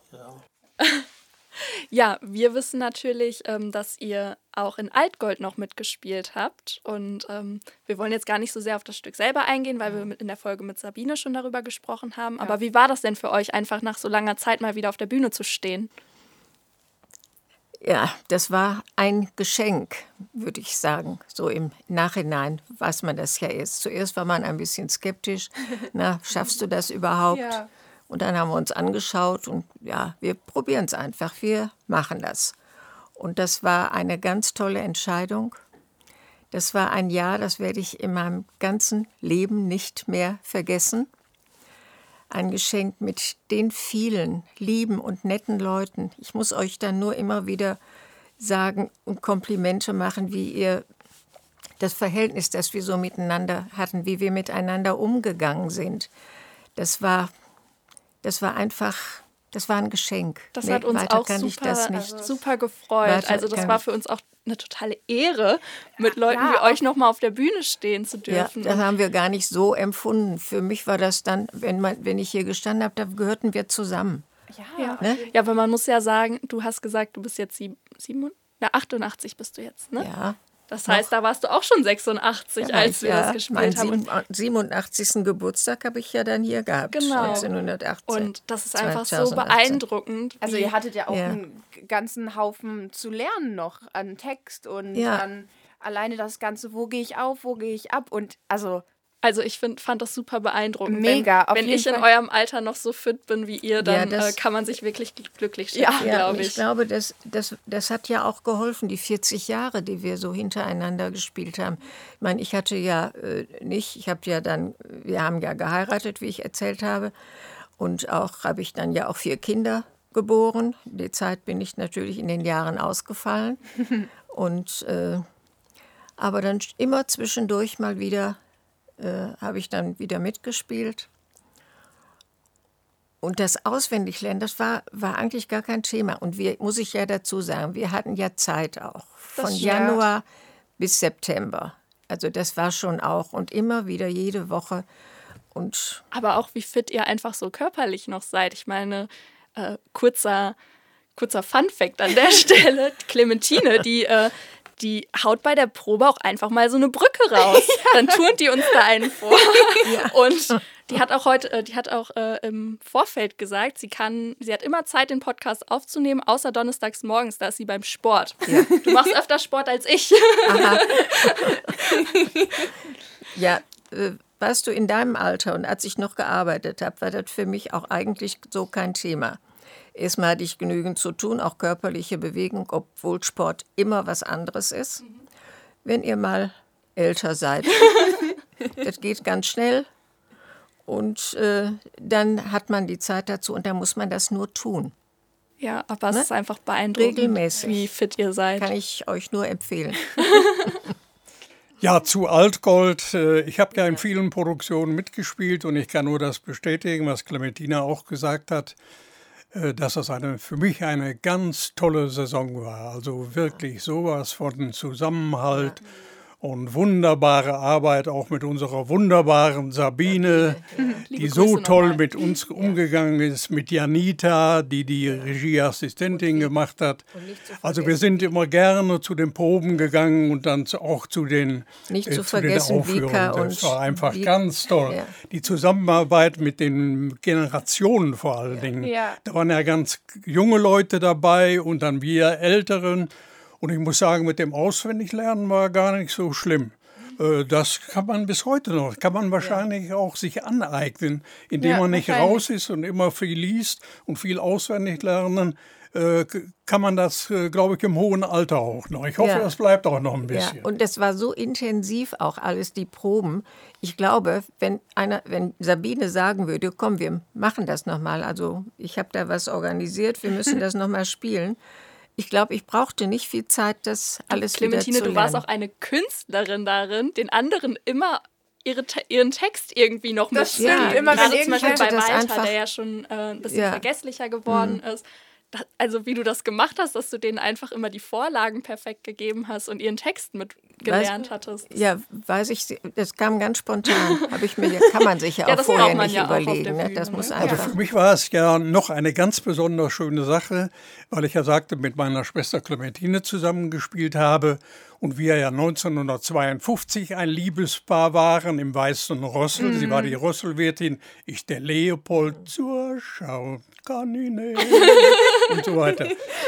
Speaker 2: Ja, wir wissen natürlich, dass ihr auch in Altgold noch mitgespielt habt. Und wir wollen jetzt gar nicht so sehr auf das Stück selber eingehen, weil wir in der Folge mit Sabine schon darüber gesprochen haben. Aber wie war das denn für euch, einfach nach so langer Zeit mal wieder auf der Bühne zu stehen?
Speaker 5: Ja, das war ein Geschenk, würde ich sagen. So im Nachhinein weiß man das ja erst. Zuerst war man ein bisschen skeptisch. Na, schaffst du das überhaupt?
Speaker 6: Ja.
Speaker 5: Und dann haben wir uns angeschaut und ja, wir probieren es einfach. Wir machen das. Und das war eine ganz tolle Entscheidung. Das war ein Jahr, das werde ich in meinem ganzen Leben nicht mehr vergessen. Ein Geschenk mit den vielen lieben und netten Leuten. Ich muss euch dann nur immer wieder sagen und Komplimente machen, wie ihr das Verhältnis, das wir so miteinander hatten, wie wir miteinander umgegangen sind. Das war einfach, das war ein Geschenk.
Speaker 2: Das
Speaker 5: Nee,
Speaker 2: hat uns
Speaker 5: weiter
Speaker 2: auch
Speaker 5: kann ich das nicht.
Speaker 2: super gefreut.
Speaker 5: Weiter
Speaker 2: Also das
Speaker 5: kann
Speaker 2: war
Speaker 5: ich-
Speaker 2: für uns auch eine totale Ehre, mit Leuten wie euch nochmal auf der Bühne stehen zu
Speaker 5: Ja,
Speaker 2: dürfen.
Speaker 5: das haben wir gar nicht so empfunden. Für mich war das dann, wenn ich hier gestanden habe, da gehörten wir zusammen.
Speaker 2: Ja.
Speaker 5: Ne?
Speaker 2: Ja, aber man muss ja sagen, du hast gesagt, du bist jetzt 88 bist du jetzt, ne?
Speaker 5: Ja.
Speaker 2: Das heißt, da warst du auch schon 86, als wir das gespielt haben.
Speaker 5: Meinen 87. Geburtstag habe ich ja dann hier gehabt,
Speaker 2: Genau.
Speaker 5: 1918.
Speaker 2: Und das ist einfach so
Speaker 5: 2018.
Speaker 2: beeindruckend.
Speaker 6: Also
Speaker 2: wie-
Speaker 6: ihr hattet ja auch
Speaker 5: Ja.
Speaker 6: einen ganzen Haufen zu lernen noch an Text und
Speaker 5: Ja.
Speaker 6: an alleine das Ganze, wo gehe ich auf, wo gehe ich ab und also
Speaker 2: ich fand das super beeindruckend.
Speaker 6: Mega, auf
Speaker 2: Wenn
Speaker 6: jeden
Speaker 2: ich in
Speaker 6: Fall.
Speaker 2: eurem Alter noch so fit bin wie ihr, dann
Speaker 5: das-
Speaker 2: kann man sich wirklich glücklich
Speaker 6: Ja.
Speaker 2: schätzen,
Speaker 5: Ja,
Speaker 2: glaube
Speaker 5: und
Speaker 2: ich.
Speaker 5: ich glaube, das hat ja auch geholfen, die 40 Jahre, die wir so hintereinander gespielt haben. Ich meine, ich hatte ja wir haben ja geheiratet, wie ich erzählt habe. Und habe ich dann ja auch 4 Kinder geboren. Die Zeit bin ich natürlich in den Jahren ausgefallen. Und, aber dann immer zwischendurch mal wieder habe ich dann wieder mitgespielt. Und das Auswendiglernen, das war eigentlich gar kein Thema. Und muss ich ja dazu sagen, wir hatten ja Zeit auch. Von
Speaker 2: stimmt.
Speaker 5: Januar bis September. Also das war schon auch. Und immer wieder jede Woche. Und
Speaker 2: Aber auch, wie fit ihr einfach so körperlich noch seid. Ich meine, kurzer Fun-Fact an der Stelle. Clementine, die haut bei der Probe auch einfach mal so eine Brücke raus. Dann turnt die uns da einen vor. Und die hat auch im Vorfeld gesagt, sie hat immer Zeit, den Podcast aufzunehmen, außer donnerstags morgens, da ist sie beim Sport. Du machst öfter Sport als ich.
Speaker 5: ja, weißt du, in deinem Alter und als ich noch gearbeitet habe, war das für mich auch eigentlich so kein Thema. Erstmal hatte ich genügend zu tun, auch körperliche Bewegung, obwohl Sport immer was anderes ist. Wenn ihr mal älter seid, das geht ganz schnell und dann hat man die Zeit dazu und dann muss man das nur tun.
Speaker 2: Ja, aber es ist einfach beeindruckend,
Speaker 5: Regelmäßig.
Speaker 2: wie fit ihr seid.
Speaker 5: Kann ich euch nur empfehlen.
Speaker 4: Ja, zu Altgold. Ich habe ja in vielen Produktionen mitgespielt und ich kann nur das bestätigen, was Clementina auch gesagt hat, dass das für mich eine ganz tolle Saison war. Also wirklich sowas von Zusammenhalt und wunderbare Arbeit, auch mit unserer wunderbaren Sabine, die so
Speaker 2: Grüße
Speaker 4: toll
Speaker 2: nochmal.
Speaker 4: mit uns umgegangen ist, mit Janita, die Regieassistentin gemacht hat. Also wir sind immer gerne zu den Proben gegangen und dann auch zu den
Speaker 5: Nicht zu
Speaker 4: zu den
Speaker 5: vergessen,
Speaker 4: Aufführungen.
Speaker 5: Vika
Speaker 4: Das
Speaker 5: und
Speaker 4: war einfach
Speaker 5: Vika.
Speaker 4: ganz toll.
Speaker 5: Ja.
Speaker 4: Die Zusammenarbeit mit den Generationen vor allen Dingen.
Speaker 6: Ja.
Speaker 4: Da waren ja ganz junge Leute dabei und dann wir Älteren. Und ich muss sagen, mit dem Auswendiglernen war gar nicht so schlimm. Das kann man bis heute noch, kann man wahrscheinlich auch sich aneignen, indem
Speaker 6: Ja,
Speaker 4: man nicht
Speaker 6: wahrscheinlich.
Speaker 4: raus ist und immer viel liest und viel auswendig lernen, kann man das, glaube ich, im hohen Alter auch noch. Ich hoffe,
Speaker 5: Ja.
Speaker 4: das bleibt auch noch ein
Speaker 5: Ja,
Speaker 4: bisschen.
Speaker 5: und das war so intensiv auch alles, die Proben. Ich glaube, wenn Sabine sagen würde, komm, wir machen das nochmal, also ich habe da was organisiert, wir müssen das nochmal spielen. Ich glaube, ich brauchte nicht viel Zeit, das alles
Speaker 2: Clementine,
Speaker 5: wieder zu
Speaker 2: du warst
Speaker 5: lernen.
Speaker 2: auch eine Künstlerin darin, den anderen immer ihren Text irgendwie noch
Speaker 6: Das
Speaker 2: mitzugeben.
Speaker 6: stimmt, immer
Speaker 2: Gerade
Speaker 6: wenn
Speaker 2: zum Beispiel bei
Speaker 5: irgendwer- das
Speaker 2: Walter,
Speaker 5: einfach-
Speaker 2: der ja schon ein bisschen
Speaker 5: Ja.
Speaker 2: vergesslicher geworden ist. Also wie du das gemacht hast, dass du denen einfach immer die Vorlagen perfekt gegeben hast und ihren Text mitgelernt hattest.
Speaker 5: Ja, weiß ich, das kam ganz spontan. Kann man sich ja,
Speaker 2: Ja,
Speaker 5: auch
Speaker 2: das
Speaker 5: vorher
Speaker 2: braucht man
Speaker 5: nicht
Speaker 2: ja auch auf
Speaker 5: überlegen.
Speaker 2: der
Speaker 5: Ne?
Speaker 2: Bühne,
Speaker 5: Das muss
Speaker 2: ne?
Speaker 4: Also
Speaker 5: einfach.
Speaker 4: für mich war es ja noch eine ganz besonders schöne Sache, weil ich ja sagte, mit meiner Schwester Clementine zusammengespielt habe und wir ja 1952 ein Liebespaar waren im Weißen Rossel. Sie war die Rosselwirtin, ich der Leopold zur Schau kann ich nicht und so weiter.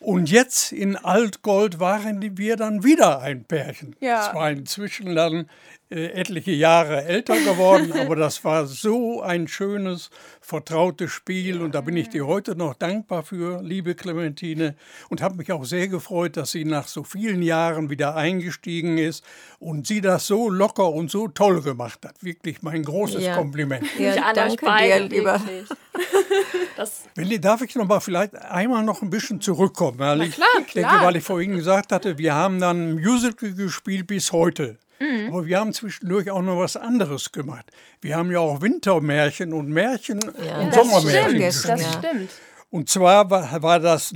Speaker 4: Und jetzt in Altgold waren wir dann wieder ein Pärchen.
Speaker 6: Ja.
Speaker 4: Zwar inzwischen dann etliche Jahre älter geworden, aber das war so ein schönes, vertrautes Spiel und da bin ich dir heute noch dankbar für, liebe Clementine, und habe mich auch sehr gefreut, dass sie nach so vielen Jahren wieder eingestiegen ist und sie das so locker und so toll gemacht hat. Wirklich mein großes
Speaker 5: Ja.
Speaker 4: Kompliment.
Speaker 5: Ja,
Speaker 2: Ja, an euch
Speaker 5: danke dir,
Speaker 2: beide,
Speaker 5: lieber.
Speaker 2: wirklich. Das,
Speaker 4: Darf ich noch mal vielleicht einmal noch ein bisschen zurückkommen? Weil ich
Speaker 6: klar,
Speaker 4: denke,
Speaker 6: klar.
Speaker 4: weil ich vorhin gesagt hatte, wir haben dann ein Musical gespielt bis heute. Aber wir haben zwischendurch auch noch was anderes gemacht. Wir haben ja auch Wintermärchen und Märchen und
Speaker 5: das
Speaker 4: Sommermärchen
Speaker 5: stimmt.
Speaker 4: gespielt.
Speaker 6: Das
Speaker 5: Ja.
Speaker 6: stimmt.
Speaker 4: Und zwar war das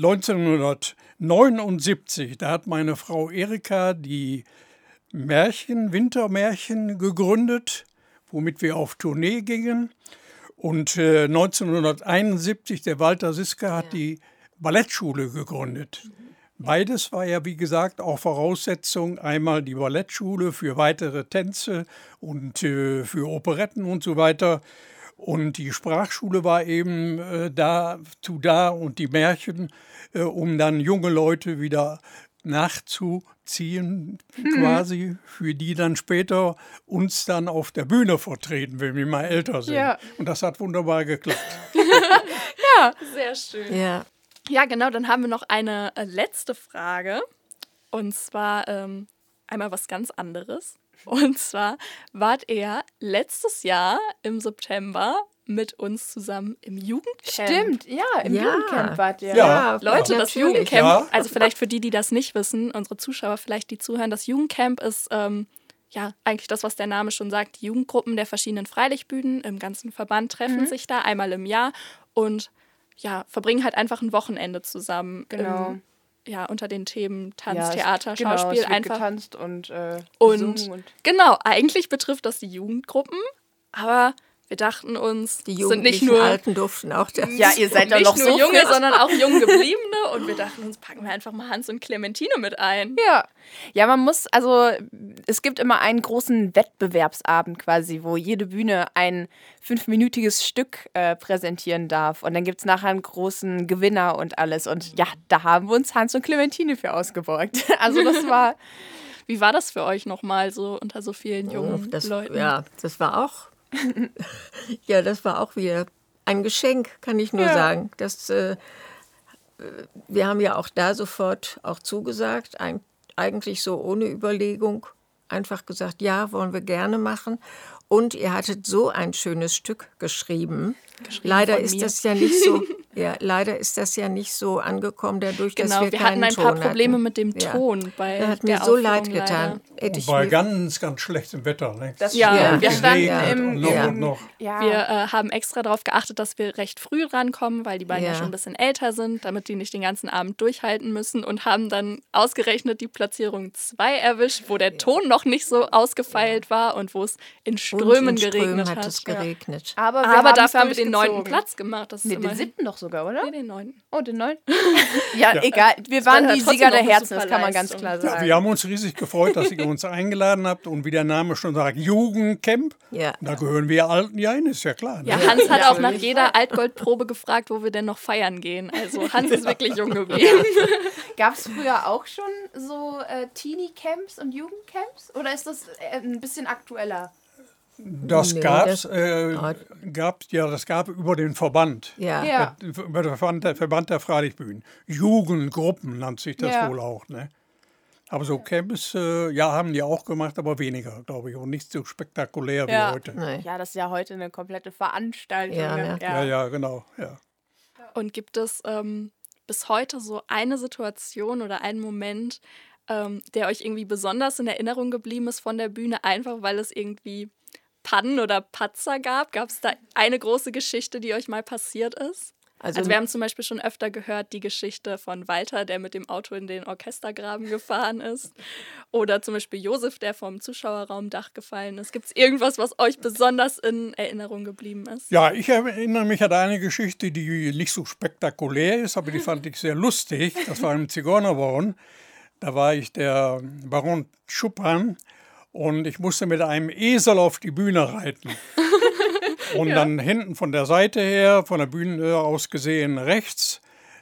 Speaker 4: 1979. Da hat meine Frau Erika die Wintermärchen gegründet, womit wir auf Tournee gingen. Und 1971, der Walter Siska hat die Ballettschule gegründet. Beides war ja, wie gesagt, auch Voraussetzung. Einmal die Ballettschule für weitere Tänze und für Operetten und so weiter. Und die Sprachschule war eben dazu da und die Märchen, um dann junge Leute wieder nachzuziehen, quasi, für die dann später uns dann auf der Bühne vertreten, wenn wir mal älter sind.
Speaker 6: Ja.
Speaker 4: Und das hat wunderbar geklappt.
Speaker 2: sehr schön.
Speaker 5: Ja.
Speaker 2: Ja, genau, dann haben wir noch eine letzte Frage. Und zwar einmal was ganz anderes. Und zwar wart ihr letztes Jahr im September mit uns zusammen im Jugendcamp.
Speaker 6: Stimmt, ja, im
Speaker 5: Ja.
Speaker 6: Jugendcamp wart ihr.
Speaker 4: Ja.
Speaker 2: Leute, das
Speaker 5: Natürlich.
Speaker 2: Jugendcamp,
Speaker 4: Ja.
Speaker 2: also vielleicht für die das nicht wissen, unsere Zuschauer vielleicht, die zuhören, das Jugendcamp ist ja eigentlich das, was der Name schon sagt. Die Jugendgruppen der verschiedenen Freilichtbühnen im ganzen Verband treffen sich da einmal im Jahr und ja, verbringen halt einfach ein Wochenende zusammen.
Speaker 6: Genau.
Speaker 2: Ja, unter den Themen Tanz,
Speaker 6: Ja,
Speaker 2: Theater,
Speaker 6: genau,
Speaker 2: Schauspiel
Speaker 6: es wird
Speaker 2: einfach.
Speaker 6: getanzt und
Speaker 2: Und
Speaker 6: gesungen und
Speaker 2: genau, eigentlich betrifft das die Jugendgruppen, aber wir dachten uns,
Speaker 5: Die
Speaker 2: es sind
Speaker 5: Jugendlichen
Speaker 2: nicht nur
Speaker 5: Alten durften auch das.
Speaker 6: ja, ihr seid doch
Speaker 2: nicht
Speaker 6: noch
Speaker 2: nur
Speaker 6: so
Speaker 2: junge,
Speaker 6: fit.
Speaker 2: sondern auch jung gebliebene und wir dachten uns, packen wir einfach mal Hans und Clementine mit ein.
Speaker 6: Ja, man muss, also es gibt immer einen großen Wettbewerbsabend quasi, wo jede Bühne ein 5-minütiges Stück präsentieren darf. Und dann gibt es nachher einen großen Gewinner und alles. Und ja, da haben wir uns Hans und Clementine für ausgebeugt. Also das war,
Speaker 2: Wie war das für euch nochmal so unter so vielen jungen Leuten?
Speaker 5: Ja, das war auch. Ja, das war auch wieder ein Geschenk, kann ich nur sagen. Wir haben ja auch da sofort auch zugesagt, eigentlich so ohne Überlegung, einfach gesagt, ja, wollen wir gerne machen. Und ihr hattet so ein schönes Stück geschrieben. Leider
Speaker 2: von
Speaker 5: ist
Speaker 2: mir.
Speaker 5: das ja nicht so. Ja, leider ist das ja nicht so angekommen, dadurch, dass
Speaker 2: Genau,
Speaker 5: wir
Speaker 2: wir
Speaker 5: keinen
Speaker 2: hatten ein paar
Speaker 5: Ton
Speaker 2: Probleme
Speaker 5: hatten.
Speaker 2: mit dem
Speaker 5: Ja.
Speaker 2: Ton bei
Speaker 5: Das hat
Speaker 2: der
Speaker 5: mir so
Speaker 2: Aufführung
Speaker 5: leid getan. Hätte
Speaker 4: Und
Speaker 5: ich
Speaker 4: bei
Speaker 5: mir
Speaker 4: ganz, ganz schlechtem Wetter. Ne?
Speaker 6: das
Speaker 2: Ja,
Speaker 6: stimmt.
Speaker 2: wir
Speaker 6: Wir standen
Speaker 4: Geregnet
Speaker 6: im,
Speaker 4: und noch
Speaker 5: ja.
Speaker 4: und noch.
Speaker 6: ja,
Speaker 2: Wir haben extra darauf geachtet, dass wir recht früh rankommen, weil die beiden ja
Speaker 5: Ja.
Speaker 2: schon ein bisschen älter sind, damit die nicht den ganzen Abend durchhalten müssen und haben dann ausgerechnet die Platzierung 2 erwischt, wo der Ton noch nicht so ausgefeilt war und wo es in Strömen
Speaker 5: und in
Speaker 2: geregnet
Speaker 5: hat
Speaker 2: hat.
Speaker 5: es geregnet.
Speaker 6: aber
Speaker 2: Aber
Speaker 6: haben's
Speaker 2: dafür haben wir den 9.
Speaker 6: durchgezogen.
Speaker 2: Platz gemacht. Das ist
Speaker 6: Nee, den
Speaker 2: immerhin-
Speaker 6: 7. doch sogar, oder?
Speaker 2: Nee, den 9.
Speaker 6: Oh, den 9. Ja, egal. Wir waren
Speaker 2: war
Speaker 6: die
Speaker 2: trotzdem
Speaker 6: Sieger
Speaker 2: noch
Speaker 6: der
Speaker 2: eine
Speaker 6: Herzen, das
Speaker 2: super
Speaker 6: kann man ganz
Speaker 2: Leistung.
Speaker 6: klar
Speaker 4: Ja,
Speaker 6: sagen.
Speaker 4: wir haben uns riesig gefreut, dass ihr uns eingeladen habt und wie der Name schon sagt, Jugendcamp.
Speaker 5: Ja.
Speaker 4: Da gehören wir Alten ja hin, ist ja klar. Ne?
Speaker 2: Ja, Hans hat
Speaker 6: Ja,
Speaker 2: auch nach
Speaker 6: auf jeden
Speaker 2: jeder Altgoldprobe gefragt, wo wir denn noch feiern gehen. Also Hans ist wirklich jung geblieben.
Speaker 6: Gab es früher auch schon so Teenie-Camps und Jugendcamps? Oder ist das ein bisschen aktueller?
Speaker 4: Das
Speaker 5: Nee,
Speaker 4: gab's,
Speaker 5: das-
Speaker 4: das gab über den Verband.
Speaker 5: Ja.
Speaker 6: Ja.
Speaker 4: Über den Verband der Freilichtbühnen. Jugendgruppen nannte sich das
Speaker 6: Ja.
Speaker 4: wohl auch. Ne? Aber so Camps, haben die auch gemacht, aber weniger, glaube ich. Und nicht so spektakulär
Speaker 6: Ja.
Speaker 4: wie heute.
Speaker 5: Nee.
Speaker 6: Ja, das ist ja heute eine komplette Veranstaltung.
Speaker 5: Ja,
Speaker 6: ne?
Speaker 5: ne?
Speaker 4: Ja, genau. Ja.
Speaker 2: Und gibt es bis heute so eine Situation oder einen Moment, der euch irgendwie besonders in Erinnerung geblieben ist von der Bühne, einfach weil es irgendwie Pannen oder Patzer gab? Gab es da eine große Geschichte, die euch mal passiert ist? Also wir haben zum Beispiel schon öfter gehört, die Geschichte von Walter, der mit dem Auto in den Orchestergraben gefahren ist. Oder zum Beispiel Josef, der vom Zuschauerraumdach gefallen ist. Gibt es irgendwas, was euch besonders in Erinnerung geblieben ist?
Speaker 4: Ja, ich erinnere mich an eine Geschichte, die nicht so spektakulär ist, aber die fand ich sehr lustig. Das war im Zigeunerbaron. Da war ich der Baron Schuppan und ich musste mit einem Esel auf die Bühne reiten. Und dann hinten von der Seite her, von der Bühne aus gesehen rechts,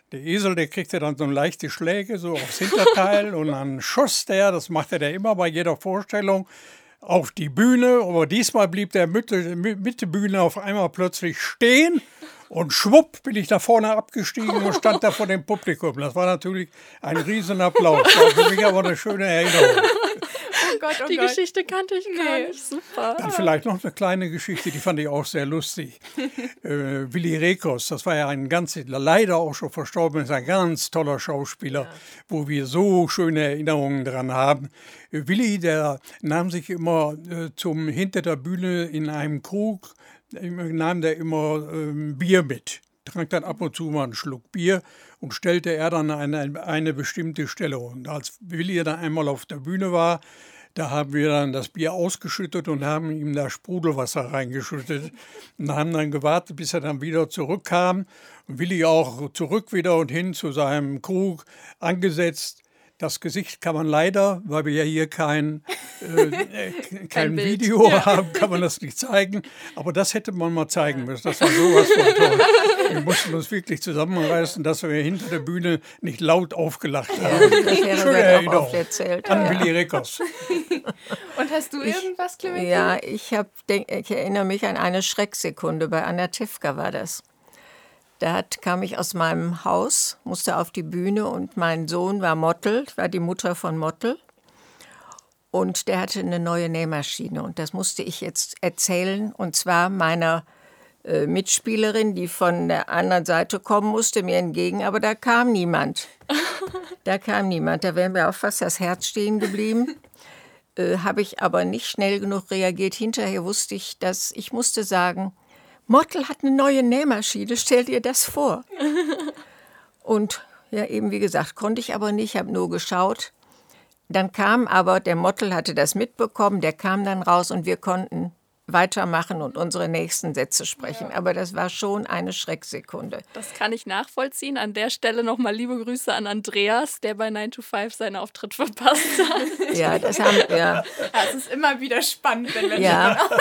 Speaker 4: Der Esel, der kriegte dann so leichte Schläge so aufs Hinterteil und dann schoss der, das machte der immer bei jeder Vorstellung, auf die Bühne. Aber diesmal blieb der Mitte Bühne auf einmal plötzlich stehen und schwupp bin ich da vorne abgestiegen und stand da vor dem Publikum. Das war natürlich ein Riesenapplaus. Das war für mich aber eine schöne Erinnerung.
Speaker 2: Die Geschichte kannte ich gar nicht. Super.
Speaker 4: Dann vielleicht noch eine kleine Geschichte, die fand ich auch sehr lustig. Willi Rekos, das war ja ein leider auch schon verstorben, ist ein ganz toller Schauspieler, wo wir so schöne Erinnerungen dran haben. Willi, der nahm sich immer hinter der Bühne in einem Krug, nahm der immer Bier mit. Trank dann ab und zu mal einen Schluck Bier und stellte er dann eine bestimmte Stelle. Und als Willi dann einmal auf der Bühne war, da haben wir dann das Bier ausgeschüttet und haben ihm da Sprudelwasser reingeschüttet und haben dann gewartet, bis er dann wieder zurückkam. Und Willi auch zurück wieder und hin zu seinem Krug angesetzt. Das Gesicht kann man leider, weil wir ja hier kein Video haben, kann man das nicht zeigen. Aber das hätte man mal zeigen müssen. Das war sowas von toll. Wir mussten uns wirklich zusammenreißen, dass wir hinter der Bühne nicht laut aufgelacht haben. Schöne Erinnerung an Willi Rekos.
Speaker 6: Und hast du irgendwas, Clementine?
Speaker 5: Ja, ich erinnere mich an eine Schrecksekunde. Bei Anna Tefka war das. Da kam ich aus meinem Haus, musste auf die Bühne und mein Sohn war Mottl, war die Mutter von Mottl. Und der hatte eine neue Nähmaschine und das musste ich jetzt erzählen. Und zwar meiner Mitspielerin, die von der anderen Seite kommen musste, mir entgegen, aber da kam niemand. Da wäre mir auch fast das Herz stehen geblieben. Habe ich aber nicht schnell genug reagiert. Hinterher wusste ich, dass ich musste sagen, Mottl hat eine neue Nähmaschine, stell dir das vor. Und ja, eben wie gesagt, konnte ich aber nicht, habe nur geschaut. Dann kam aber, der Mottl hatte das mitbekommen, der kam dann raus und wir konnten weitermachen und unsere nächsten Sätze sprechen. Ja. Aber das war schon eine Schrecksekunde.
Speaker 2: Das kann ich nachvollziehen. An der Stelle nochmal liebe Grüße an Andreas, der bei 9 to 5 seinen Auftritt verpasst hat.
Speaker 5: Ja, das haben wir. Ja.
Speaker 6: Es ist immer wieder spannend, wenn wir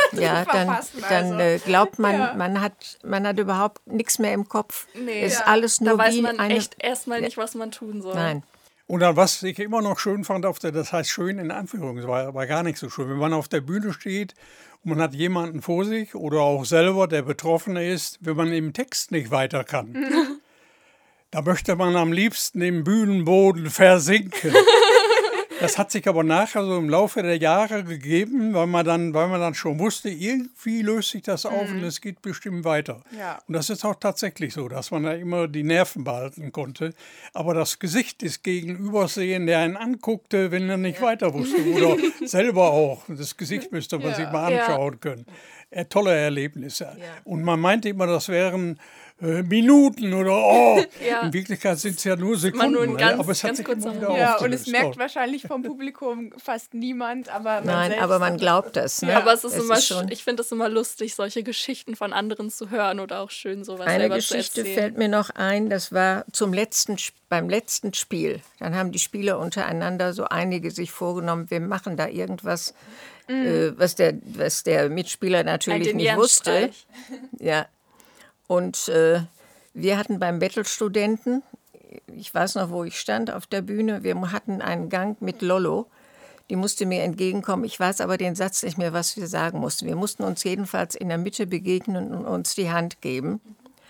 Speaker 5: dann glaubt man, man hat überhaupt nichts mehr im Kopf.
Speaker 2: Nee,
Speaker 5: es ist alles nur
Speaker 2: da weiß
Speaker 5: wie
Speaker 2: man echt erstmal nicht, was man tun soll.
Speaker 5: Nein.
Speaker 4: Und dann, was ich immer noch schön fand, das heißt schön in Anführungszeichen, es war aber gar nicht so schön, wenn man auf der Bühne steht und man hat jemanden vor sich oder auch selber, der Betroffene ist, wenn man im Text nicht weiter kann. Da möchte man am liebsten im Bühnenboden versinken. Das hat sich aber nachher so im Laufe der Jahre gegeben, weil man dann schon wusste, irgendwie löst sich das auf und es geht bestimmt weiter.
Speaker 6: Ja.
Speaker 4: Und das ist auch tatsächlich so, dass man da immer die Nerven behalten konnte. Aber das Gesicht des Gegenübers sehen, der einen anguckte, wenn er nicht weiter wusste. Oder selber auch. Das Gesicht müsste man sich mal anschauen können. Tolle Erlebnisse. Ja. Und man meinte immer, das wären Minuten oder in Wirklichkeit sind es ja nur Sekunden, aber es hat sich immer wieder aufgelöst.
Speaker 6: Und es merkt wahrscheinlich vom Publikum fast niemand, aber
Speaker 5: man glaubt das. Ne?
Speaker 2: Ja, aber ich finde es immer lustig, solche Geschichten von anderen zu hören oder auch schön sowas selber zu erzählen. Eine Geschichte
Speaker 5: fällt mir noch ein, das war beim letzten Spiel. Dann haben die Spieler untereinander so einige sich vorgenommen, wir machen da irgendwas, was der Mitspieler natürlich nicht wusste. Ja. Und wir hatten beim Bettelstudenten, ich weiß noch, wo ich stand auf der Bühne, wir hatten einen Gang mit Lollo, die musste mir entgegenkommen. Ich weiß aber den Satz nicht mehr, was wir sagen mussten. Wir mussten uns jedenfalls in der Mitte begegnen und uns die Hand geben.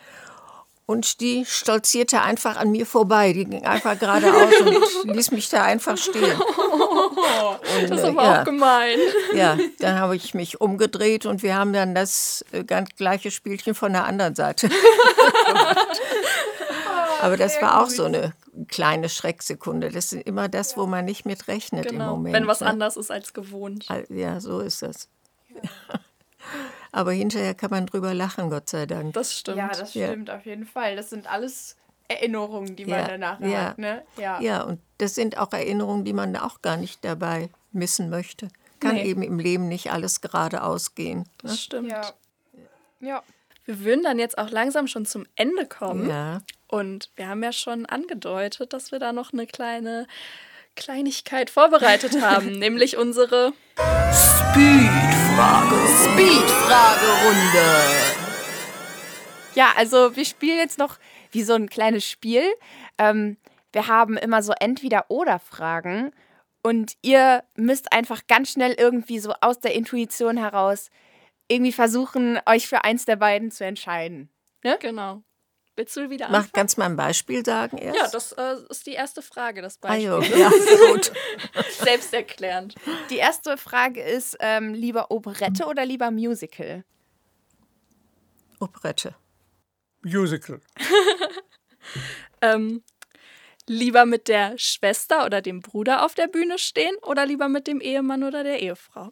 Speaker 5: Und die stolzierte einfach an mir vorbei. Die ging einfach geradeaus und ließ mich da einfach stehen. Und,
Speaker 2: das ist aber auch gemein.
Speaker 5: Ja, dann habe ich mich umgedreht und wir haben dann das ganz gleiche Spielchen von der anderen Seite gemacht. Aber das war auch so eine kleine Schrecksekunde. Das ist immer das, wo man nicht mit rechnet im Moment.
Speaker 2: Wenn was anders ist als gewohnt.
Speaker 5: Ja, so ist das. Aber hinterher kann man drüber lachen, Gott sei Dank.
Speaker 2: Das stimmt.
Speaker 6: Ja, das stimmt auf jeden Fall. Das sind alles Erinnerungen, die man danach hat. Ne?
Speaker 5: Ja, und das sind auch Erinnerungen, die man auch gar nicht dabei missen möchte. Kann eben im Leben nicht alles geradeaus gehen. Ne?
Speaker 2: Das stimmt.
Speaker 6: Ja.
Speaker 2: Wir würden dann jetzt auch langsam schon zum Ende kommen.
Speaker 5: Ja.
Speaker 2: Und wir haben ja schon angedeutet, dass wir da noch eine Kleinigkeit vorbereitet haben, nämlich unsere
Speaker 5: Speedfragerunde.
Speaker 6: Ja, also wir spielen jetzt noch wie so ein kleines Spiel. Wir haben immer so Entweder-Oder-Fragen und ihr müsst einfach ganz schnell irgendwie so aus der Intuition heraus irgendwie versuchen, euch für eins der beiden zu entscheiden.
Speaker 2: Genau. Willst du wieder
Speaker 5: Mach
Speaker 2: anfangen?
Speaker 5: ganz mal ein Beispiel sagen erst.
Speaker 2: Ja, das ist die erste Frage, das
Speaker 5: Ah,
Speaker 2: Beispiel.
Speaker 5: jo, ja, gut.
Speaker 2: Selbsterklärend.
Speaker 6: Die erste Frage ist, lieber Operette oder lieber Musical?
Speaker 5: Operette.
Speaker 4: Musical.
Speaker 2: Lieber mit der Schwester oder dem Bruder auf der Bühne stehen oder lieber mit dem Ehemann oder der Ehefrau?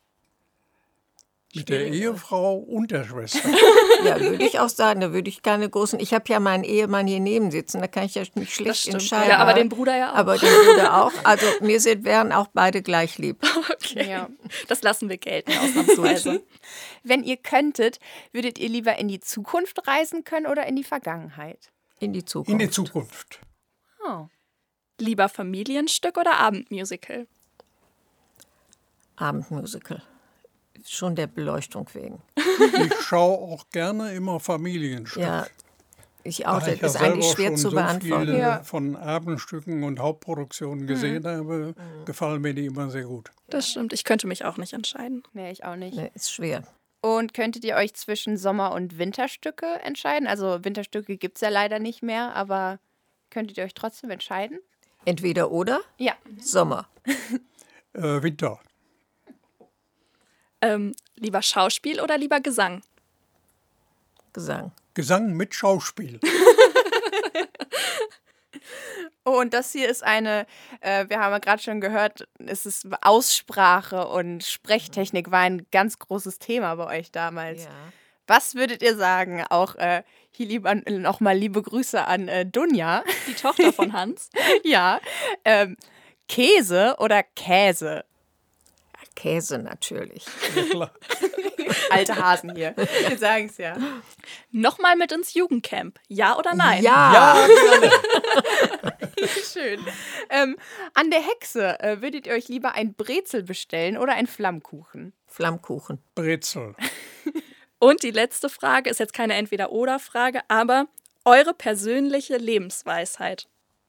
Speaker 4: Mit der Ehefrau und der Schwester.
Speaker 5: Ja, würde ich auch sagen. Da würde ich keine großen. Ich habe ja meinen Ehemann hier neben sitzen. Da kann ich ja nicht schlecht entscheiden.
Speaker 2: Ja, aber den Bruder ja auch.
Speaker 5: Aber den Bruder auch. Also mir wären auch beide gleich lieb.
Speaker 2: Okay.
Speaker 6: Ja.
Speaker 2: Das lassen wir gelten, ausnahmsweise.
Speaker 6: Wenn ihr könntet, würdet ihr lieber in die Zukunft reisen können oder in die Vergangenheit?
Speaker 5: In die Zukunft.
Speaker 4: In die Zukunft.
Speaker 6: Oh.
Speaker 2: Lieber Familienstück oder Abendmusical?
Speaker 5: Abendmusical. Schon der Beleuchtung wegen.
Speaker 4: Ich schaue auch gerne immer Familienstücke.
Speaker 5: Ja, ich auch.
Speaker 4: Da
Speaker 5: Das
Speaker 4: ich
Speaker 5: ist
Speaker 4: ja
Speaker 5: eigentlich
Speaker 4: selber
Speaker 5: schwer
Speaker 4: schon
Speaker 5: zu
Speaker 4: so
Speaker 5: beantworten.
Speaker 4: viele
Speaker 6: Ja.
Speaker 4: von Abendstücken und Hauptproduktionen gesehen habe, gefallen mir die immer sehr gut.
Speaker 2: Das stimmt. Ich könnte mich auch nicht entscheiden.
Speaker 6: Nee, ich auch nicht.
Speaker 5: Nee, ist schwer.
Speaker 6: Und könntet ihr euch zwischen Sommer- und Winterstücke entscheiden? Also Winterstücke gibt es ja leider nicht mehr, aber könntet ihr euch trotzdem entscheiden?
Speaker 5: Entweder oder.
Speaker 6: Ja.
Speaker 5: Sommer.
Speaker 4: Winter.
Speaker 2: Lieber Schauspiel oder lieber Gesang?
Speaker 5: Gesang.
Speaker 4: Gesang mit Schauspiel.
Speaker 6: Oh, und das hier ist eine, wir haben ja gerade schon gehört, es ist Aussprache und Sprechtechnik war ein ganz großes Thema bei euch damals.
Speaker 5: Ja.
Speaker 6: Was würdet ihr sagen? Auch hier lieber nochmal liebe Grüße an Dunja.
Speaker 2: Die Tochter von Hans.
Speaker 6: Ja. Käse oder Käse?
Speaker 5: Käse natürlich.
Speaker 4: Ja, klar.
Speaker 6: Alte Hasen hier. Wir sagen es ja.
Speaker 2: Nochmal mit ins Jugendcamp. Ja oder nein?
Speaker 5: Ja.
Speaker 6: Schön. An der Hexe, würdet ihr euch lieber ein Brezel bestellen oder ein Flammkuchen?
Speaker 5: Flammkuchen.
Speaker 4: Brezel.
Speaker 2: Und die letzte Frage ist jetzt keine Entweder-oder-Frage, aber eure persönliche Lebensweisheit.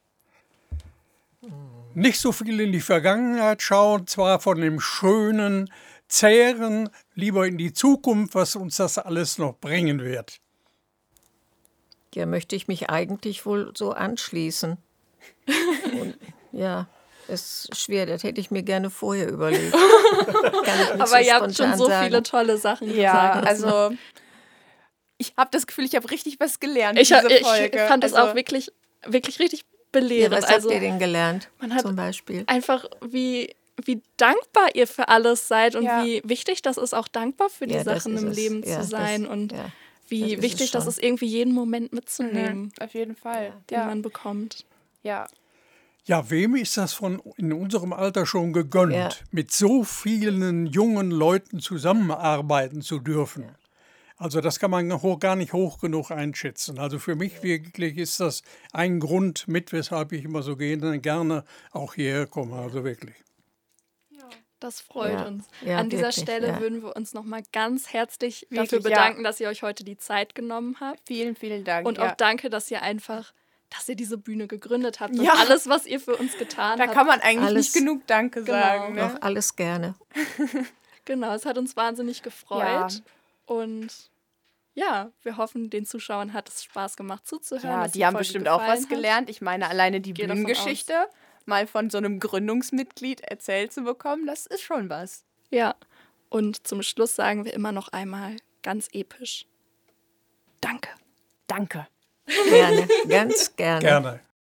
Speaker 4: Nicht so viel in die Vergangenheit schauen, zwar von dem Schönen zehren, lieber in die Zukunft, was uns das alles noch bringen wird.
Speaker 5: Ja, möchte ich mich eigentlich wohl so anschließen. Und, ja, ist schwer. Das hätte ich mir gerne vorher überlegt. Kann ich nicht
Speaker 2: Aber
Speaker 5: so
Speaker 2: ihr habt schon
Speaker 5: spontan
Speaker 2: so
Speaker 5: sagen.
Speaker 2: viele tolle Sachen
Speaker 6: Ja,
Speaker 2: gesagt.
Speaker 6: also ich habe das Gefühl, ich habe richtig was gelernt.
Speaker 2: Ich
Speaker 6: diese Folge.
Speaker 2: fand es
Speaker 6: Also,
Speaker 2: auch wirklich richtig
Speaker 5: Ja,
Speaker 2: belehrend.
Speaker 5: was
Speaker 2: Also
Speaker 5: habt ihr denn gelernt,
Speaker 2: man hat
Speaker 5: zum Beispiel?
Speaker 2: einfach, wie dankbar ihr für alles seid und
Speaker 6: Ja.
Speaker 2: wie wichtig das ist, auch dankbar für die
Speaker 5: Ja, das
Speaker 2: Sachen
Speaker 5: ist
Speaker 2: im
Speaker 5: es.
Speaker 2: Leben
Speaker 5: Ja,
Speaker 2: zu sein
Speaker 5: das-
Speaker 2: und
Speaker 5: ja, das
Speaker 2: wie
Speaker 5: ist es
Speaker 2: wichtig das
Speaker 5: schon.
Speaker 2: ist, irgendwie jeden Moment mitzunehmen,
Speaker 6: auf jeden Fall.
Speaker 2: den
Speaker 6: Ja.
Speaker 2: man bekommt.
Speaker 6: Ja.
Speaker 4: Ja, wem ist das von in unserem Alter schon gegönnt,
Speaker 5: Ja.
Speaker 4: mit so vielen jungen Leuten zusammenarbeiten zu dürfen? Also das kann man gar nicht hoch genug einschätzen. Also für mich wirklich ist das ein Grund mit, weshalb ich immer so gerne auch hierher komme. Also wirklich.
Speaker 2: Das freut
Speaker 5: Ja.
Speaker 2: uns.
Speaker 5: Ja,
Speaker 2: An dieser
Speaker 5: wirklich,
Speaker 2: Stelle
Speaker 5: ja.
Speaker 2: würden wir uns nochmal ganz herzlich
Speaker 6: Wirklich,
Speaker 2: dafür
Speaker 6: ja.
Speaker 2: bedanken, dass ihr euch heute die Zeit genommen habt.
Speaker 6: Vielen, vielen Dank.
Speaker 2: Und
Speaker 6: ja.
Speaker 2: auch danke, dass ihr diese Bühne gegründet habt.
Speaker 6: Ja.
Speaker 2: Und alles, was ihr für uns getan
Speaker 6: Da
Speaker 2: habt.
Speaker 6: kann man eigentlich
Speaker 5: Alles-
Speaker 6: nicht genug Danke
Speaker 2: Genau.
Speaker 6: sagen. Ne?
Speaker 5: Doch, alles gerne.
Speaker 2: Genau, es hat uns wahnsinnig gefreut.
Speaker 6: Ja.
Speaker 2: Und ja, wir hoffen, den Zuschauern hat es Spaß gemacht zuzuhören.
Speaker 6: Ja,
Speaker 2: dass
Speaker 6: die haben
Speaker 2: Folge
Speaker 6: bestimmt auch
Speaker 2: gefallen
Speaker 6: was
Speaker 2: hat.
Speaker 6: gelernt. Ich meine, alleine die
Speaker 2: Gehe davon
Speaker 6: Bühnengeschichte mal von so einem Gründungsmitglied erzählt zu bekommen, das ist schon was.
Speaker 2: Ja, und zum Schluss sagen wir immer noch einmal ganz episch: Danke.
Speaker 6: Danke.
Speaker 5: Gerne, ganz gerne.
Speaker 4: Gerne.